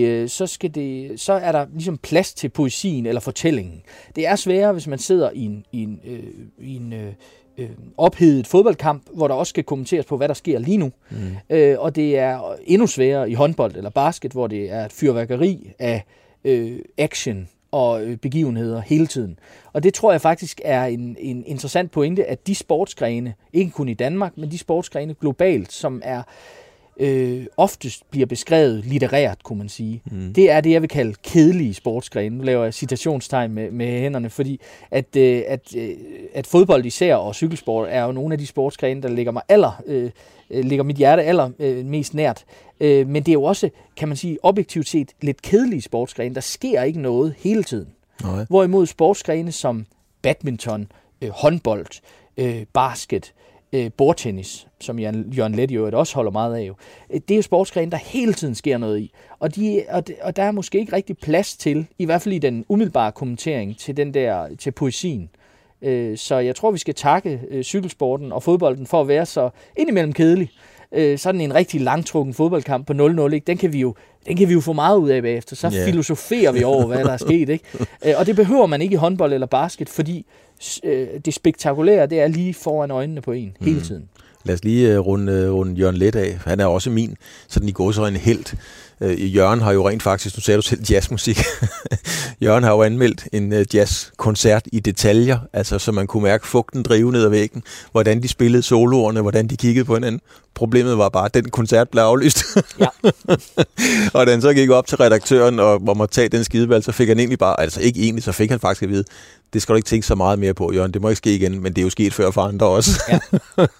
er der ligesom plads til poesien eller fortællingen. Det er sværere, hvis man sidder i en ophedet fodboldkamp, hvor der også skal kommenteres på, hvad der sker lige nu. Og det er endnu sværere i håndbold eller basket, hvor det er et fyrværkeri af action og begivenheder hele tiden. Og det tror jeg faktisk er en interessant pointe, at de sportsgrene, ikke kun i Danmark, men de sportsgrene globalt, som er oftest bliver beskrevet litterært, kunne man sige. Det er det, jeg vil kalde kedelige sportsgrene. Nu laver jeg citationstegn med hænderne, fordi at fodbold især og cykelsport er jo nogle af de sportsgrene, der ligger mit hjerte mest nært. Men det er jo også, kan man sige, objektivt set lidt kedelige sportsgrene. Der sker ikke noget hele tiden. Nej. Hvorimod sportsgrene som badminton, håndbold, basket, bordtennis, som Jørgen Leth jo også holder meget af, det er jo sportsgrene, der hele tiden sker noget i. Og der er måske ikke rigtig plads til, i hvert fald i den umiddelbare kommentering, til poesien. Så jeg tror, vi skal takke cykelsporten og fodbolden for at være så indimellem kedelig. Sådan en rigtig langtrukken fodboldkamp på 0-0, ikke? Den kan vi jo få meget ud af bagefter. Så filosoferer vi over, hvad der er sket, ikke? Og det behøver man ikke i håndbold eller basket, fordi det spektakulære, det er lige foran øjnene på en hele tiden. Lad os lige runde Jørgen Leth af. Han er også min, sådan i gåseøjne helt. Jørgen har jo rent faktisk, nu sagde du selv jazzmusik, Jørgen har jo anmeldt en jazzkoncert i detaljer, altså så man kunne mærke fugten drive ned ad væggen, hvordan de spillede soloerne, hvordan de kiggede på hinanden. Problemet var bare, at den koncert blev aflyst. Ja. Og da han så gik op til redaktøren og måtte tage den skidevalg, så fik han egentlig bare, altså ikke egentlig, så fik han faktisk at vide, det skal du ikke tænke så meget mere på, Jørgen, det må ikke ske igen, men det er jo sket før for andre også. Ja.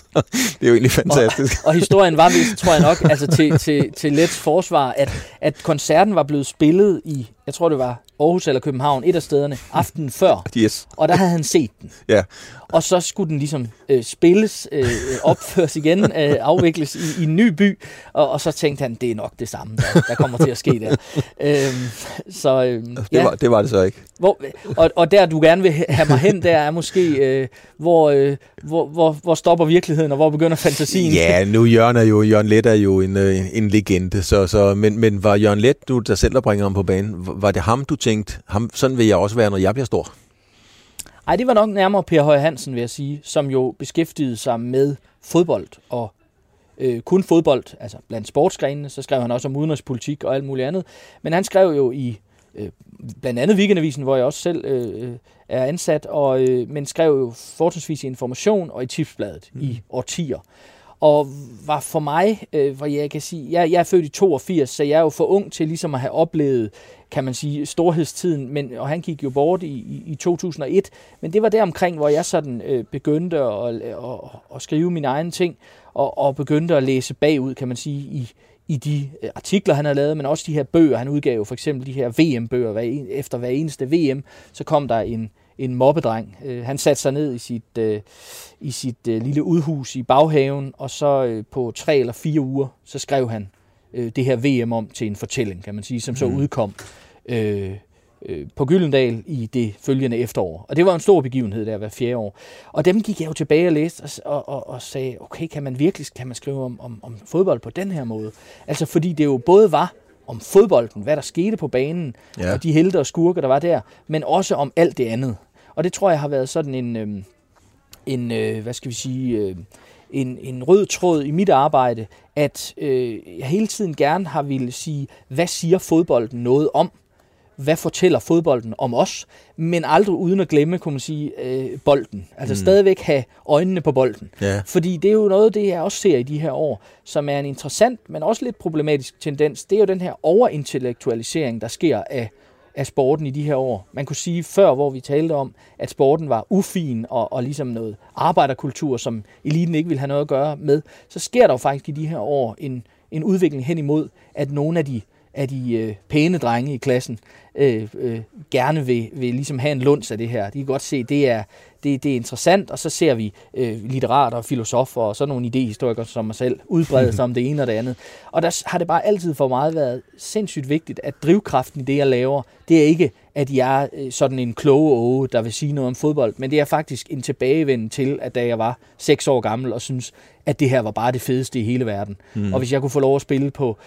Det er jo egentlig fantastisk. Og historien var vist, tror jeg nok, altså til Lets forsvar, at koncerten var blevet spillet i, jeg tror det var Aarhus eller København, et af stederne, aftenen før. Yes. Og der havde han set den. Ja. Og så skulle den ligesom spilles, opføres igen, afvikles i en ny by. Og så tænkte han, det er nok det samme, der kommer til at ske der. Det var det så ikke. Og der du gerne vil have mig hen, der er måske, hvor stopper virkeligheden, og hvor begynder fantasien? Ja, nu Jørgen Leth er jo en legende, men var Jørgen Leth, du der selv der bringer ham på banen, var det ham, du tænkte, sådan vil jeg også være, når jeg bliver stor? Nej, det var nok nærmere Per Højer Hansen, vil jeg sige, som jo beskæftigede sig med fodbold og kun fodbold, altså blandt sportsgrenene. Så skrev han også om udenrigspolitik og alt muligt andet. Men han skrev jo i blandt andet Weekendavisen, hvor jeg også selv er ansat, men skrev jo fortrinsvis i Information og i Tipsbladet i årtier. Og var for mig, hvor jeg kan sige, jeg er født i 82, så jeg er jo for ung til ligesom at have oplevet, kan man sige, storhedstiden, og han gik jo bort i 2001, men det var der omkring, hvor jeg sådan begyndte at skrive mine egne ting, og begyndte at læse bagud, kan man sige, i de artikler, han havde lavet, men også de her bøger, han udgav, for eksempel de her VM-bøger, efter hver eneste VM, så kom der en mobbedreng. Han satte sig ned i sit lille udhus i baghaven, og så på 3 eller 4 uger, så skrev han det her VM om til en fortælling, kan man sige, som så udkom på Gyldendal i det følgende efterår. Og det var en stor begivenhed der hver 4. år. Og dem gik jeg jo tilbage og læste og sagde, okay, kan man skrive om fodbold på den her måde? Altså fordi det jo både var om fodbolden, hvad der skete på banen, og de helte og skurker, der var der, men også om alt det andet. Og det tror jeg har været sådan en rød tråd i mit arbejde, at jeg hele tiden gerne har ville sige, hvad siger fodbolden noget om? Hvad fortæller fodbolden om os? Men aldrig uden at glemme, kunne man sige, bolden. Altså stadigvæk have øjnene på bolden. Yeah. Fordi det er jo noget, det jeg også ser i de her år, som er en interessant, men også lidt problematisk tendens. Det er jo den her overintellektualisering, der sker af sporten i de her år. Man kunne sige før, hvor vi talte om, at sporten var ufin og ligesom noget arbejderkultur, som eliten ikke ville have noget at gøre med, så sker der jo faktisk i de her år en udvikling hen imod, at nogle af de pæne drenge i klassen gerne vil ligesom have en luns af det her. De kan godt se, det er interessant, og så ser vi litterater og filosofer og sådan nogle idehistorikere som mig selv udbrede sig om det ene og det andet. Og der har det bare altid for mig været sindssygt vigtigt, at drivkraften i det, jeg laver, det er ikke, at jeg er sådan en kloge åge, der vil sige noget om fodbold, men det er faktisk en tilbagevenden til, at da jeg var 6 år gammel og synes, at det her var bare det fedeste i hele verden. Og hvis jeg kunne få lov at spille på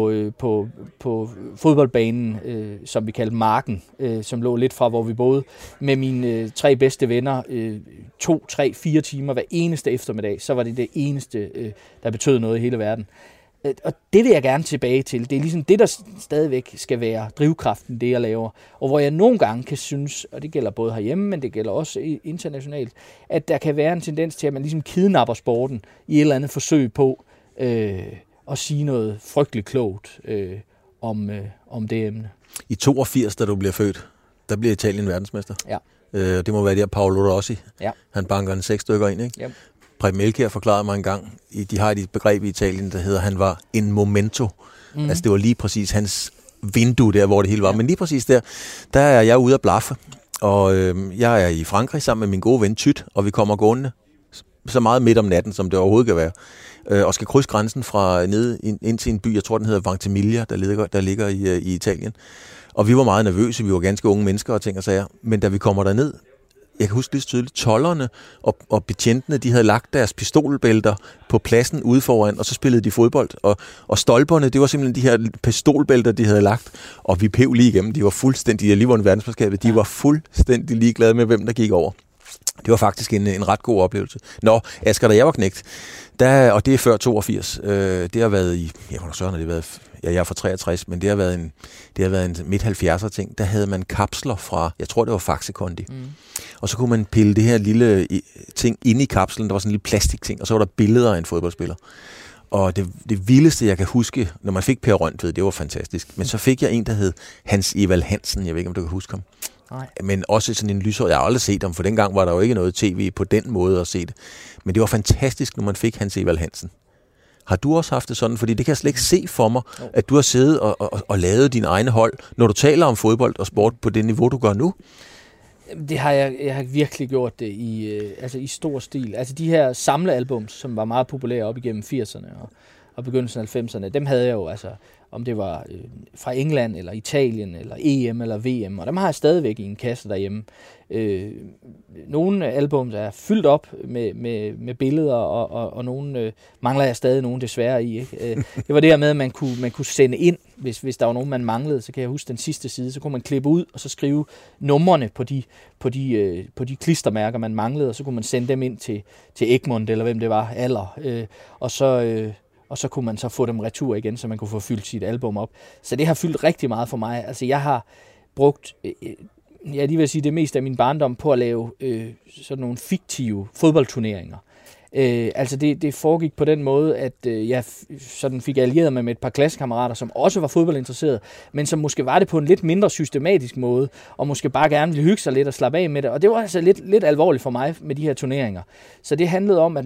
fodboldbanen, som vi kaldte Marken, som lå lidt fra, hvor vi boede, med mine 3 bedste venner, 2, 3, 4 timer hver eneste eftermiddag, så var det eneste, der betød noget i hele verden. Og det vil jeg gerne tilbage til. Det er ligesom det, der stadigvæk skal være drivkraften, det jeg laver. Og hvor jeg nogle gange kan synes, og det gælder både herhjemme, men det gælder også internationalt, at der kan være en tendens til, at man ligesom kidnapper sporten i et eller andet forsøg på at sige noget frygteligt klogt om det emne. I 82, da du bliver født, der bliver Italien verdensmester. Ja. Det må være der Paolo Rossi. Ja. Han banker en 6 stykker ind, ikke? Ja. Preben Elkjær forklarede mig engang, de har et begreb i Italien, der hedder, han var en momento. Altså det var lige præcis hans vindue der, hvor det hele var. Men lige præcis der er jeg ude at blaffe. Og jeg er i Frankrig sammen med min gode ven Tyt, og vi kommer gående så meget midt om natten, som det overhovedet kan være. Og skal krydse grænsen fra ned ind til en by, jeg tror den hedder Ventimiglia, der ligger i Italien. Og vi var meget nervøse, vi var ganske unge mennesker og ting og sager. Men da vi kommer derned, jeg kan huske lige så tydeligt, tolderne og betjentene, de havde lagt deres pistolbælter på pladsen ude foran, og så spillede de fodbold. Og stolperne, det var simpelthen de her pistolbælter, de havde lagt, og vi pev lige igennem. De var fuldstændig, lige vundet verdensmesterskabet, de var fuldstændig ligeglade med, hvem der gik over. Det var faktisk en ret god oplevelse. Nå, Asger, da jeg var knægt, og det er før 82, det har været i, jeg er fra 63, men det har været en midt-70'er ting. Der havde man kapsler fra, jeg tror det var Faxe Kondi. Og så kunne man pille det her lille ting inde i kapslen, der var sådan en lille plastikting, og så var der billeder af en fodboldspiller. Og det vildeste, jeg kan huske, når man fik Per Røntved, det var fantastisk. Men så fik jeg en, der hed Hans Evald Hansen, jeg ved ikke, om du kan huske ham. Nej. Men også sådan en lyshåret. Jeg har aldrig set dem, for dengang var der jo ikke noget tv på den måde at se det. Men det var fantastisk, når man fik Hans Evald Hansen. Har du også haft det sådan? Fordi det kan jeg slet ikke se for mig, at du har siddet og lavet dine egne hold, når du taler om fodbold og sport på det niveau, du gør nu. Det har jeg har virkelig gjort det i stor stil. Altså de her samlealbums, som var meget populære op igennem 80'erne og begyndelsen af 90'erne, dem havde jeg jo, altså om det var fra England eller Italien eller EM eller VM, og dem har jeg stadigvæk i en kasse derhjemme. Nogle albums er fyldt op med billeder, og nogle mangler jeg stadig nogle desværre i. Ikke? Det var det her med, at man kunne sende ind, hvis der var nogen, man manglede. Så kan jeg huske den sidste side, så kunne man klippe ud og så skrive numrene på de klistermærker, man manglede, og så kunne man sende dem ind til Egmont, eller hvem det var, og så kunne man så få dem retur igen, så man kunne få fyldt sit album op. Så det har fyldt rigtig meget for mig. Altså jeg har brugt, jeg lige vil sige, det meste af min barndom på at lave sådan nogle fiktive fodboldturneringer. Altså det foregik på den måde, at jeg sådan fik allieret mig med et par klassekammerater, som også var fodboldinteresserede, men som måske var det på en lidt mindre systematisk måde, og måske bare gerne ville hygge sig lidt og slappe af med det. Og det var altså lidt alvorligt for mig med de her turneringer. Så det handlede om,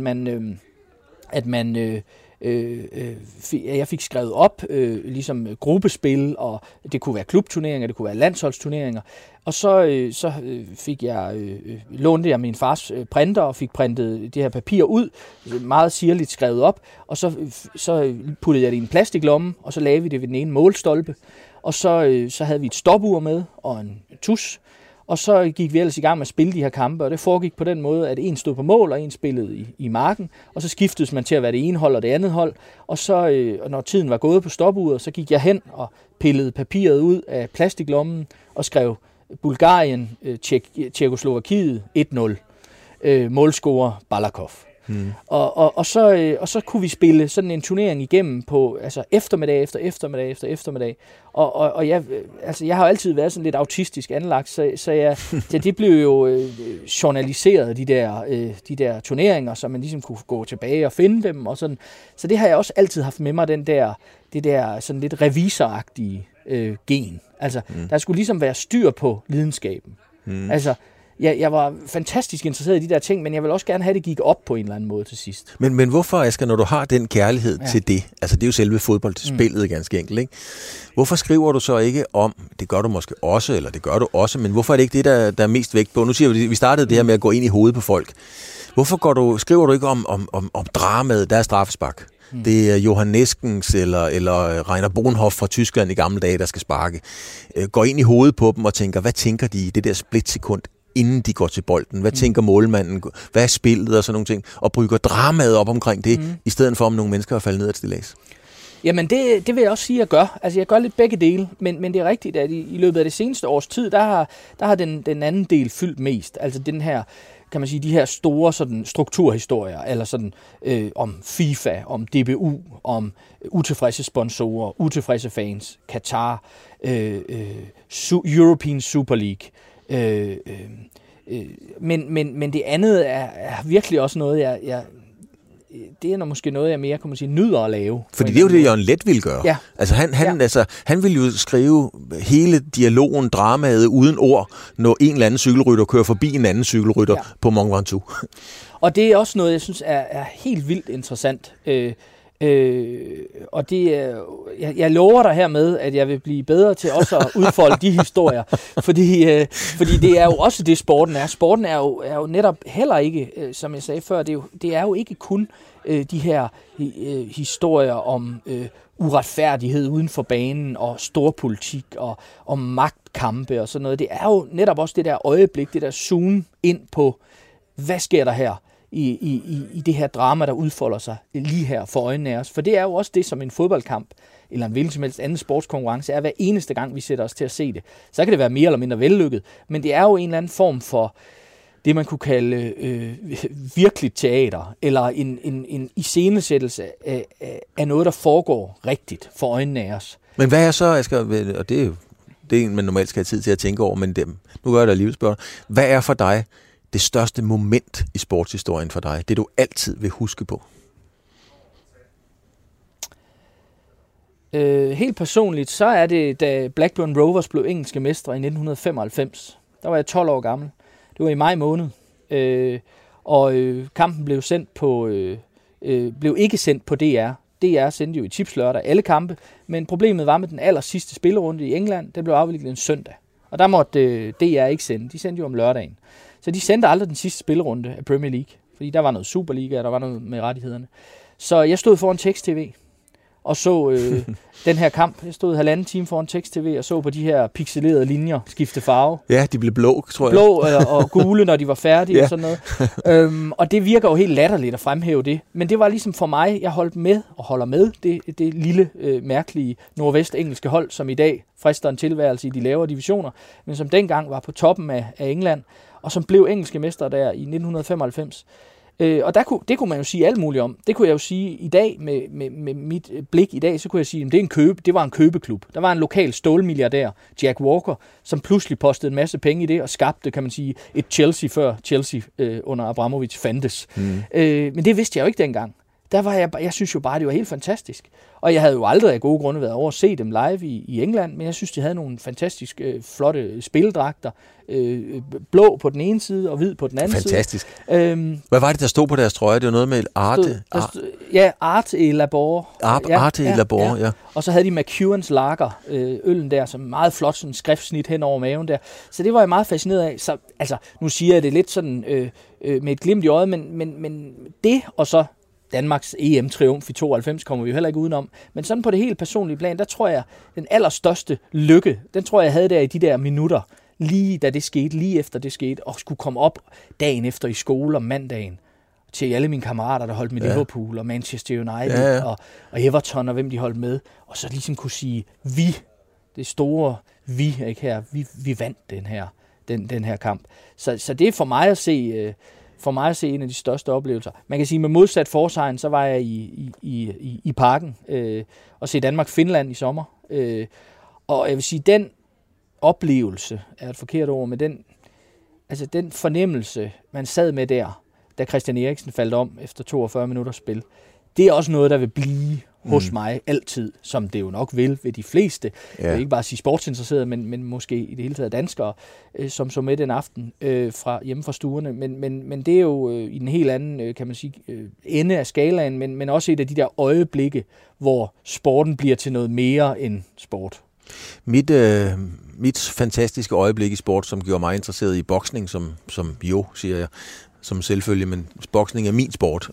jeg fik skrevet op, ligesom gruppespil, og det kunne være klubturneringer, det kunne være landsholdsturneringer, og så fik jeg lånte jeg min fars printer og fik printet det her papir ud, meget sirligt skrevet op, og så puttede jeg det i en plastiklomme, og så lagde vi det ved den ene målstolpe, og så havde vi et stopur med og en tus. Og så gik vi ellers i gang med at spille de her kampe, og det foregik på den måde, at en stod på mål, og en spillede i marken, og så skiftedes man til at være det ene hold og det andet hold, og så, når tiden var gået på stopuret, så gik jeg hen og pillede papiret ud af plastiklommen og skrev Bulgarien, Tjekkoslovakiet 1-0, målscorer Balakov. Og så kunne vi spille sådan en turnering igennem på eftermiddag efter eftermiddag. Og jeg har jo altid været sådan lidt autistisk anlagt, så det blev jo journaliseret, de der turneringer, så man ligesom kunne gå tilbage og finde dem og sådan. Så det har jeg også altid haft med mig, det der sådan lidt revisoragtige gen. Altså der skulle ligesom være styr på lidenskaben. Altså jeg var fantastisk interesseret i de der ting, men jeg vil også gerne have, at det gik op på en eller anden måde til sidst. Men hvorfor, Asger, når du har den kærlighed til det, altså det er jo selve fodboldspillet ganske enkelt, ikke? Hvorfor skriver du så ikke om, det gør du måske også, eller det gør du også, men hvorfor er det ikke det, der er mest vægt på? Nu siger vi startede det her med at gå ind i hovedet på folk. Hvorfor skriver du ikke om dramaet, der er straffespark? Det er Johan Neskens eller Rainer Bonhoff fra Tyskland i gamle dage, der skal sparke. Går ind i hovedet på dem og tænker, hvad tænker de i det der splitsekund, inden de går til bolden? Hvad tænker målmanden? Hvad er spillet og sådan nogle ting? Og brygger dramaet op omkring det, i stedet for om nogle mennesker er faldet ned af et stillads. Jamen det vil jeg også sige, at jeg gør. Altså jeg gør lidt begge dele, men det er rigtigt, at i løbet af det seneste års tid, der har den anden del fyldt mest. Altså den her, kan man sige, de her store sådan strukturhistorier, eller sådan om FIFA, om DBU, om utilfredse sponsorer, utilfredse fans, Qatar, European Super League. Men det andet er virkelig også noget, det er måske noget, jeg mere, kan man sige, nyder at lave. Fordi det er jo det, Jørgen Leth ville gøre. Ja. Altså han ville jo skrive hele dialogen, dramaet uden ord, når en eller anden cykelrytter kører forbi en anden cykelrytter på Mont Ventoux. Og det er også noget, jeg synes er helt vildt interessant. Og det jeg lover dig hermed, at jeg vil blive bedre til også at udfolde de historier, fordi det er jo også det, sporten er. Sporten er jo netop heller ikke, som jeg sagde før, det er jo ikke kun de her historier om uretfærdighed uden for banen og storpolitik og magtkampe og sådan noget. Det er jo netop også det der øjeblik, det der zoom ind på, hvad sker der her? I det her drama, der udfolder sig lige her for øjnene af os. For det er jo også det, som en fodboldkamp eller en hvilken som helst anden sportskonkurrence er hver eneste gang, vi sætter os til at se det. Så kan det være mere eller mindre vellykket, men det er jo en eller anden form for det, man kunne kalde virkeligt teater, eller en iscenesættelse af noget, der foregår rigtigt for øjnene af os. Men hvad er så, Asger, og det er jo det, man normalt skal have tid til at tænke over, men nu gør jeg da alligevel spørge, hvad er for dig det største moment i sportshistorien for dig? Det du altid vil huske på? Helt personligt, så er det, da Blackburn Rovers blev engelske mestre i 1995. Der var jeg 12 år gammel. Det var i maj måned. Kampen blev sendt på blev ikke sendt på DR. DR sendte jo i Tipslørdag alle kampe, men problemet var med den aller sidste spillerunde i England. Den blev afviklet en søndag. Og der måtte DR ikke sende. De sendte jo om lørdagen. Så de sendte aldrig den sidste spillerunde af Premier League. Fordi der var noget Superliga, og der var noget med rettighederne. Så jeg stod foran tekst-tv og så den her kamp. Jeg stod 1,5 time foran tekst-tv og så på de her pixelerede linjer skifte farve. Ja, de blev blå, tror jeg. Blå og gule, når de var færdige og sådan noget. Og det virker jo helt latterligt at fremhæve det. Men det var ligesom for mig, jeg holdt med og holder med det lille, mærkelige nordvest-engelske hold, som i dag frister en tilværelse i de lavere divisioner, men som dengang var på toppen af England, og som blev engelske mestre der i 1995. Og det kunne man jo sige alt muligt om. Det kunne jeg jo sige i dag, med mit blik i dag, så kunne jeg sige, at det var en købeklub. Der var en lokal stålmilliardær, Jack Walker, som pludselig postede en masse penge i det, og skabte, kan man sige, et Chelsea før Chelsea under Abramovich fandtes. Men det vidste jeg jo ikke dengang. Der var jeg synes jo bare, det var helt fantastisk. Og jeg havde jo aldrig af gode grunde været over at se dem live i England, men jeg synes, de havde nogle fantastisk flotte spildragter. Blå på den ene side og hvid på den anden fantastisk. Side. Hvad var det, der stod på deres trøje? Det var noget med Arte? Arte et Labor. Arte et Labor, ja. Og så havde de McEwan's Lager, øllen der, som meget flot sådan skriftsnit hen over maven der. Så det var jeg meget fascineret af. Så, altså, nu siger jeg det lidt sådan med et glimt i øjet, men det og så Danmarks EM-triumf i 92 kommer vi jo heller ikke udenom. Men sådan på det helt personlige plan, der tror jeg, den allerstørste lykke, den tror jeg havde der i de der minutter, lige da det skete, lige efter det skete, og skulle komme op dagen efter i skole om mandagen, til alle mine kammerater, der holdt med Liverpool og Manchester United og Everton og hvem de holdt med, og så ligesom kunne sige, det store vi, ikke her, vi vandt den her kamp. Så det er for mig at se en af de største oplevelser. Man kan sige, med modsat forsegn, så var jeg i parken og se Danmark-Finland i sommer. Og jeg vil sige, den oplevelse er et forkert ord, men den fornemmelse, man sad med der, da Christian Eriksen faldt om efter 42 minutters spil, det er også noget, der vil blive hos mig altid, som det jo nok vil ved de fleste. Jeg vil ikke bare sige sportsinteresserede, men måske i det hele taget danskere, som så med den aften hjemme fra stuerne. Men det er jo i en helt anden, kan man sige, ende af skalaen, men også et af de der øjeblikke, hvor sporten bliver til noget mere end sport. Mit fantastiske øjeblik i sport, som gjorde mig interesseret i boksning, som siger jeg, som selvfølge, men boksning er min sport.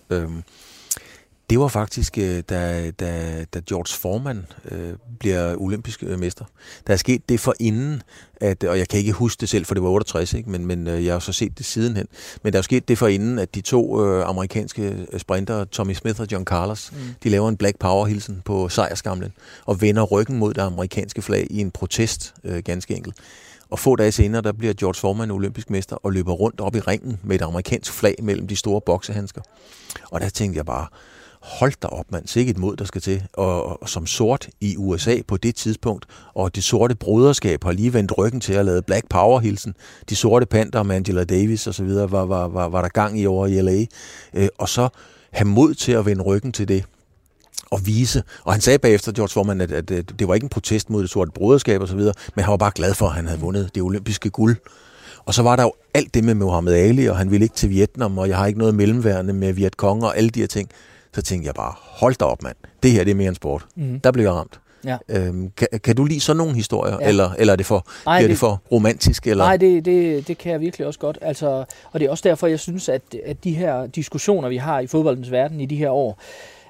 Det var faktisk, da George Foreman bliver olympisk mester. Der er sket det forinden, og jeg kan ikke huske det selv, for det var 68, ikke? Men jeg har så set det sidenhen. Men der er sket det forinden, at de to amerikanske sprintere, Tommy Smith og John Carlos, de laver en Black Power-hilsen på sejrskamlen og vender ryggen mod det amerikanske flag i en protest, ganske enkelt. Og få dage senere, der bliver George Foreman olympisk mester og løber rundt op i ringen med et amerikansk flag mellem de store boksehandsker. Og der tænkte jeg bare, hold da op, mand, sikke et mod, der skal til. Og som sort i USA på det tidspunkt, og det sorte broderskab har lige vendt ryggen til at lave Black Power-hilsen. De sorte Panther med Angela Davis og så videre var der gang i over i LA. Og så have mod til at vende ryggen til det og vise. Og han sagde bagefter, George Foreman, at det var ikke en protest mod det sorte broderskab og så videre, men han var bare glad for, at han havde vundet det olympiske guld. Og så var der jo alt det med Muhammad Ali, og han ville ikke til Vietnam, og jeg har ikke noget mellemværende med Vietcong og alle de her ting. Så tænkte jeg bare, hold da op, mand. Det her, det er mere en sport. Der blev jeg ramt. Ja. Kan du lide sådan nogle historier, eller er det det for romantisk? Eller? Nej, det kan jeg virkelig også godt. Altså, og det er også derfor, jeg synes, at de her diskussioner, vi har i fodboldens verden i de her år,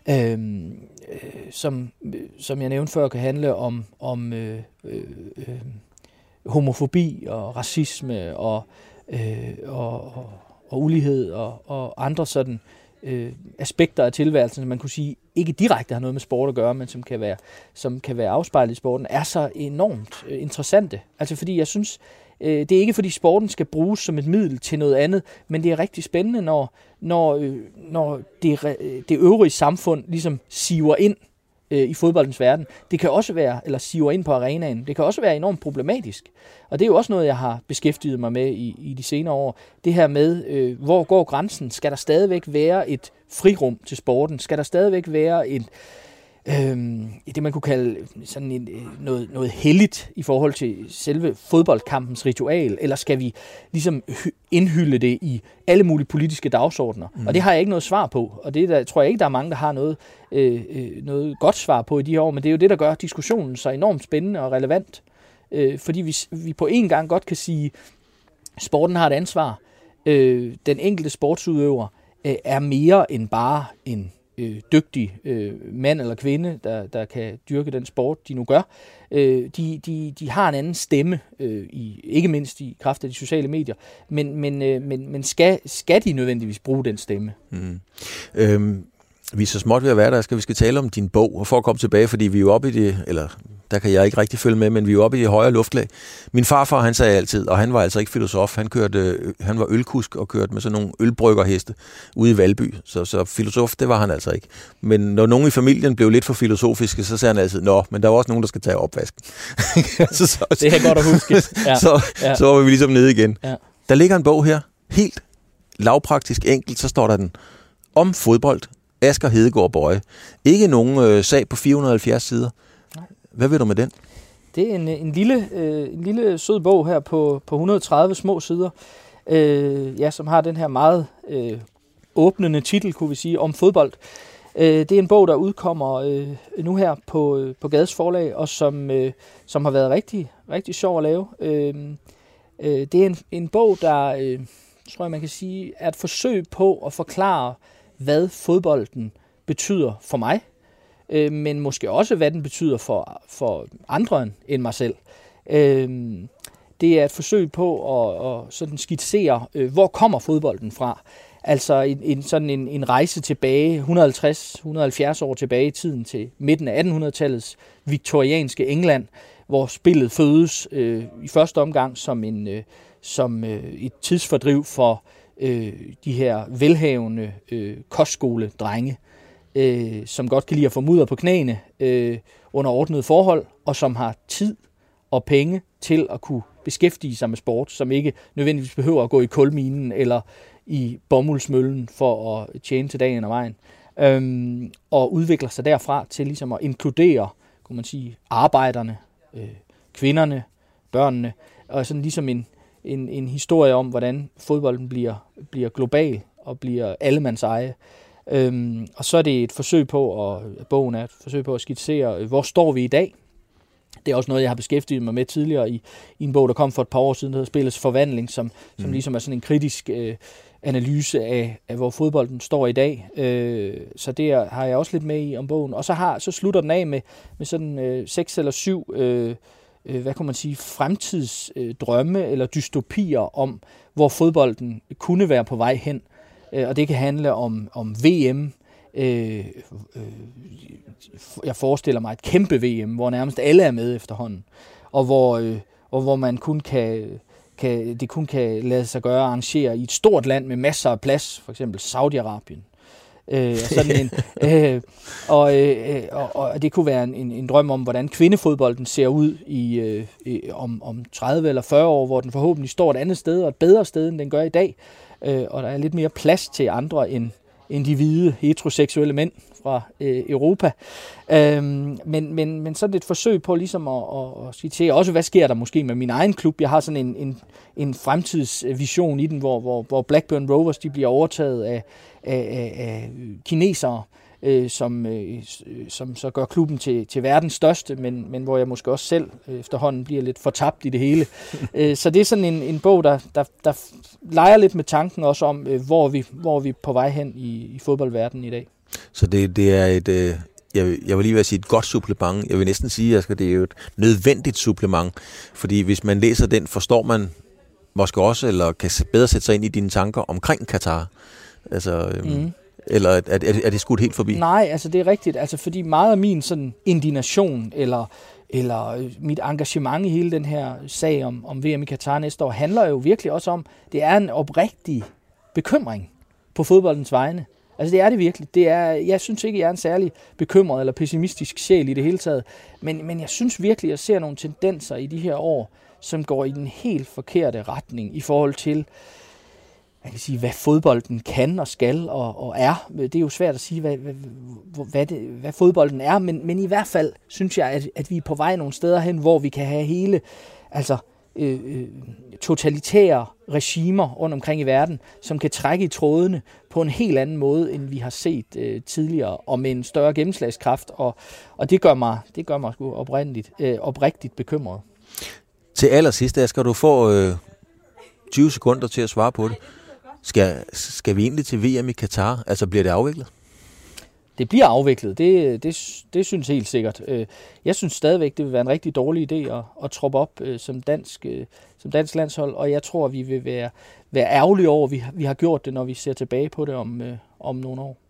som jeg nævnte før, kan handle om homofobi og racisme og ulighed og andre sådan aspekter af tilværelsen, som man kunne sige ikke direkte har noget med sport at gøre, men som kan være afspejlet i sporten, er så enormt interessante. Altså fordi jeg synes, det er ikke fordi sporten skal bruges som et middel til noget andet, men det er rigtig spændende, når det øvrige samfund ligesom siver ind i fodboldens verden. Det kan også være, eller siver ind på arenaen, det kan også være enormt problematisk. Og det er jo også noget, jeg har beskæftiget mig med i de senere år. Det her med, hvor går grænsen? Skal der stadigvæk være et frirum til sporten? Skal der stadigvæk være det, man kunne kalde sådan noget helligt i forhold til selve fodboldkampens ritual, eller skal vi ligesom indhylde det i alle mulige politiske dagsordner? Og det har jeg ikke noget svar på, og det tror jeg ikke, der er mange, der har noget godt svar på i de her år, men det er jo det, der gør diskussionen så enormt spændende og relevant, fordi vi på en gang godt kan sige, sporten har et ansvar. Den enkelte sportsudøver er mere end bare en dygtig mand eller kvinde, der kan dyrke den sport, de nu gør. De har en anden stemme, ikke mindst i kraft af de sociale medier, men skal de nødvendigvis bruge den stemme? Vi er så småt ved at være der, vi skal tale om din bog, og for at komme tilbage, fordi vi er jo oppe i det, eller der kan jeg ikke rigtig følge med, men vi er jo oppe i det højere luftlag. Min farfar, han sagde altid, og han var altså ikke filosof, han var ølkusk og kørte med sådan nogle ølbryggerheste ude i Valby, så filosof, det var han altså ikke. Men når nogen i familien blev lidt for filosofiske, så sagde han altid, men der er også nogen, der skal tage opvasken. Det er godt at huske. Ja. Så var vi ligesom nede igen. Ja. Der ligger en bog her, helt lavpraktisk enkelt, så står der den om fodbold. Asger Hedegaard Boye. Ikke nogen sag på 470 sider. Nej. Hvad ved du med den? Det er en lille sød bog her på 130 små sider, som har den her meget åbnende titel, kunne vi sige, om fodbold. Det er en bog, der udkommer nu her på Gades Forlag, og som har været rigtig, rigtig sjov at lave. Det er en bog, der, tror jeg man kan sige, er et forsøg på at forklare, hvad fodbolden betyder for mig, men måske også, hvad den betyder for andre end mig selv. Det er et forsøg på at sådan skitsere, hvor kommer fodbolden fra. Altså en rejse tilbage, 150-170 år tilbage i tiden til midten af 1800-tallets viktorianske England, hvor spillet fødes i første omgang som et tidsfordriv for de her velhavende kostskoledrenge, som godt kan lide at få mudder på knæene under ordnede forhold, og som har tid og penge til at kunne beskæftige sig med sport, som ikke nødvendigvis behøver at gå i kulminen eller i bomuldsmøllen for at tjene til dagen og vejen, og udvikler sig derfra til ligesom at inkludere, kunne man sige, arbejderne, kvinderne, børnene, og sådan ligesom en historie om, hvordan fodbolden bliver global og bliver allemands eje. Og så er det et forsøg på, og bogen er et forsøg på at skitsere, hvor står vi i dag. Det er også noget, jeg har beskæftiget mig med tidligere i en bog, der kom for et par år siden, der hedder Spillets Forvandling, som ligesom er sådan en kritisk analyse af, hvor fodbolden står i dag. Så det har jeg også lidt med i om bogen. Og så slutter den af med sådan 6 eller 7 hvad kan man sige, fremtidsdrømme eller dystopier om, hvor fodbolden kunne være på vej hen. Og det kan handle om VM. Jeg forestiller mig et kæmpe VM, hvor nærmest alle er med efterhånden, og hvor man det kun kan lade sig gøre at arrangere i et stort land med masser af plads, for eksempel Saudi-Arabien. Og det kunne være en drøm om, hvordan kvindefodbolden ser ud om 30 eller 40 år, hvor den forhåbentlig står et andet sted og et bedre sted, end den gør i dag. Og der er lidt mere plads til andre end de hvide heteroseksuelle mænd fra Europa. Men sådan et forsøg på ligesom at skitsere også, hvad sker der måske med min egen klub. Jeg har sådan en fremtidsvision i den, hvor Blackburn Rovers de bliver overtaget af kinesere, som så gør klubben til verdens største, men hvor jeg måske også selv efterhånden bliver lidt fortabt i det hele. Så det er sådan en bog, der leger lidt med tanken også om, hvor vi er på vej hen i fodboldverdenen i dag. Så det er et... Jeg vil lige være sige et godt supplement. Jeg vil næsten sige, at det er jo et nødvendigt supplement, fordi hvis man læser den, forstår man måske også, eller kan bedre sætte sig ind i dine tanker omkring Katar. Altså... Eller er det skudt helt forbi? Nej, altså det er rigtigt. Altså fordi meget af min sådan indignation eller mit engagement i hele den her sag om VM i Katar næste år handler jo virkelig også om, det er en oprigtig bekymring på fodboldens vegne. Altså det er det virkelig. Jeg synes ikke, jeg er en særlig bekymret eller pessimistisk sjæl i det hele taget, men jeg synes virkelig, jeg ser nogle tendenser i de her år, som går i den helt forkerte retning i forhold til man kan sige, hvad fodbolden kan og skal og er. Det er jo svært at sige, hvad fodbolden er, men i hvert fald synes jeg, at vi er på vej nogle steder hen, hvor vi kan have hele totalitære regimer rundt omkring i verden, som kan trække i trådene på en helt anden måde, end vi har set tidligere, og med en større gennemslagskraft, og det gør mig sgu oprigtigt bekymret. Til allersidst, Asger, du får 20 sekunder til at svare på det. Skal vi egentlig til VM i Katar? Altså, bliver det afviklet? Det bliver afviklet, det synes jeg helt sikkert. Jeg synes stadigvæk, det vil være en rigtig dårlig idé at troppe op som dansk landshold, og jeg tror, vi vil være ærgerlige over, at vi har gjort det, når vi ser tilbage på det om nogle år.